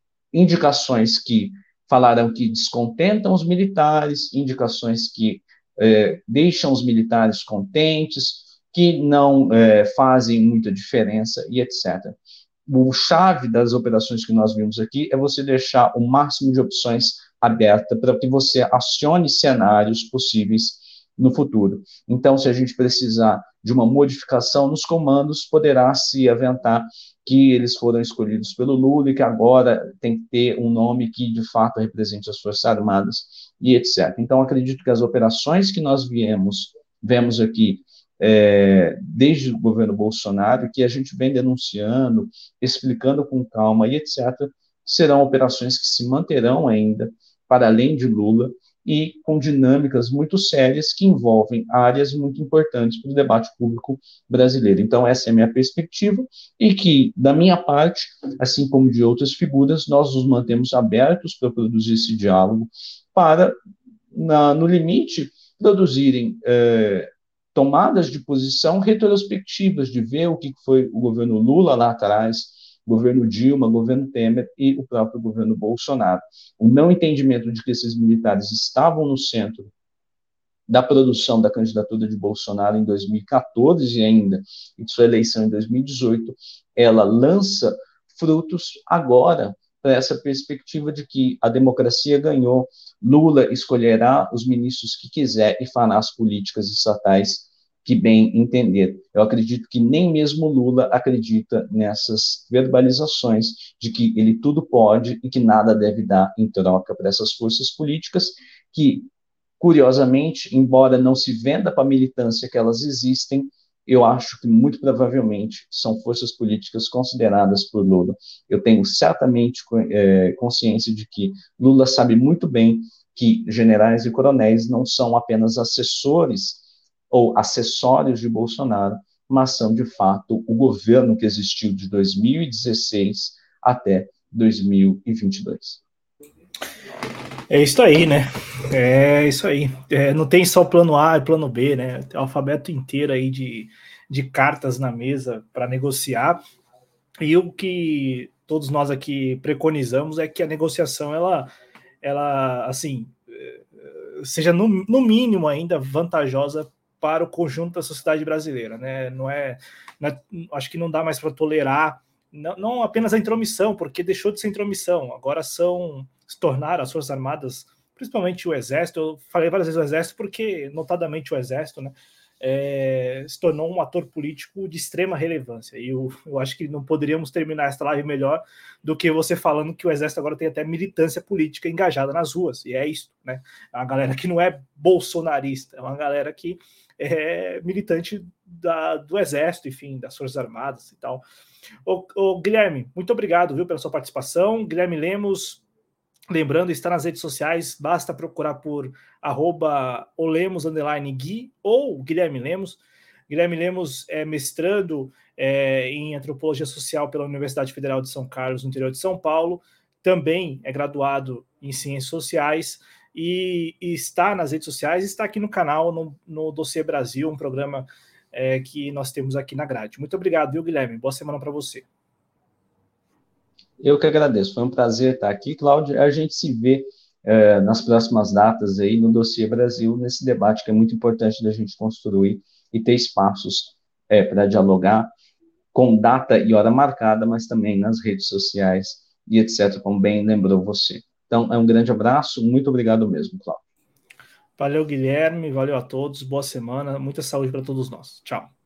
Speaker 2: indicações que falarão que descontentam os militares, indicações que eh, deixam os militares contentes, que não é, fazem muita diferença e etcétera. O chave das operações que nós vimos aqui é você deixar o máximo de opções aberta para que você acione cenários possíveis no futuro. Então, se a gente precisar de uma modificação nos comandos, poderá se aventar que eles foram escolhidos pelo Lula e que agora tem que ter um nome que, de fato, represente as Forças Armadas e etcétera. Então, acredito que as operações que nós viemos, vemos aqui, É, desde o governo Bolsonaro, que a gente vem denunciando, explicando com calma e etcétera, serão operações que se manterão ainda para além de Lula e com dinâmicas muito sérias que envolvem áreas muito importantes para o debate público brasileiro. Então, essa é a minha perspectiva e que, da minha parte, assim como de outras figuras, nós nos mantemos abertos para produzir esse diálogo para, na, no limite, produzirem é, tomadas de posição retrospectivas, de ver o que foi o governo Lula lá atrás, governo Dilma, governo Temer e o próprio governo Bolsonaro. O não entendimento de que esses militares estavam no centro da produção da candidatura de Bolsonaro em dois mil e quatorze e ainda, e de sua eleição em dois mil e dezoito, ela lança frutos agora para essa perspectiva de que a democracia ganhou, Lula escolherá os ministros que quiser e fará as políticas estatais que bem entender. Eu acredito que nem mesmo Lula acredita nessas verbalizações de que ele tudo pode e que nada deve dar em troca para essas forças políticas que, curiosamente, embora não se venda para a militância que elas existem, eu acho que muito provavelmente são forças políticas consideradas por Lula. Eu tenho certamente é, consciência de que Lula sabe muito bem que generais e coronéis não são apenas assessores ou acessórios de Bolsonaro, mas são, de fato, o governo que existiu de dois mil e dezesseis até dois mil e vinte e dois.
Speaker 1: É isso aí, né? É isso aí. É, não tem só plano A e plano B, né? Tem o alfabeto inteiro aí de, de cartas na mesa para negociar, e o que todos nós aqui preconizamos é que a negociação, ela, ela assim, seja no, no mínimo ainda vantajosa para o conjunto da sociedade brasileira, né? Não é, não é acho que não dá mais para tolerar não, não apenas a intromissão, porque deixou de ser intromissão, agora são, se tornaram as Forças Armadas, principalmente o Exército, eu falei várias vezes o Exército porque, notadamente o Exército, né, é, se tornou um ator político de extrema relevância, e eu, eu acho que não poderíamos terminar esta live melhor do que você falando que o Exército agora tem até militância política engajada nas ruas, e é isso, né, é uma galera que não é bolsonarista, é uma galera que é militante da, do Exército, enfim, das Forças Armadas e tal. Ô, ô, Guilherme, muito obrigado, viu, pela sua participação. Guilherme Lemos, lembrando, está nas redes sociais, basta procurar por arroba olemos underline Gui ou Guilherme Lemos. Guilherme Lemos é mestrando é, em Antropologia Social pela Universidade Federal de São Carlos, no interior de São Paulo, também é graduado em Ciências Sociais e, e está nas redes sociais, está aqui no canal, no, no Dossiê Brasil, um programa É, que nós temos aqui na grade. Muito obrigado, viu, Guilherme? Boa semana para você.
Speaker 2: Eu que agradeço. Foi um prazer estar aqui, Cláudio. A gente se vê é, nas próximas datas aí no Dossiê Brasil, nesse debate que é muito importante da gente construir e ter espaços é, para dialogar com data e hora marcada, mas também nas redes sociais e etcétera, como bem lembrou você. Então, é um grande abraço. Muito obrigado mesmo, Cláudio.
Speaker 1: Valeu, Guilherme. Valeu a todos. Boa semana. Muita saúde para todos nós. Tchau.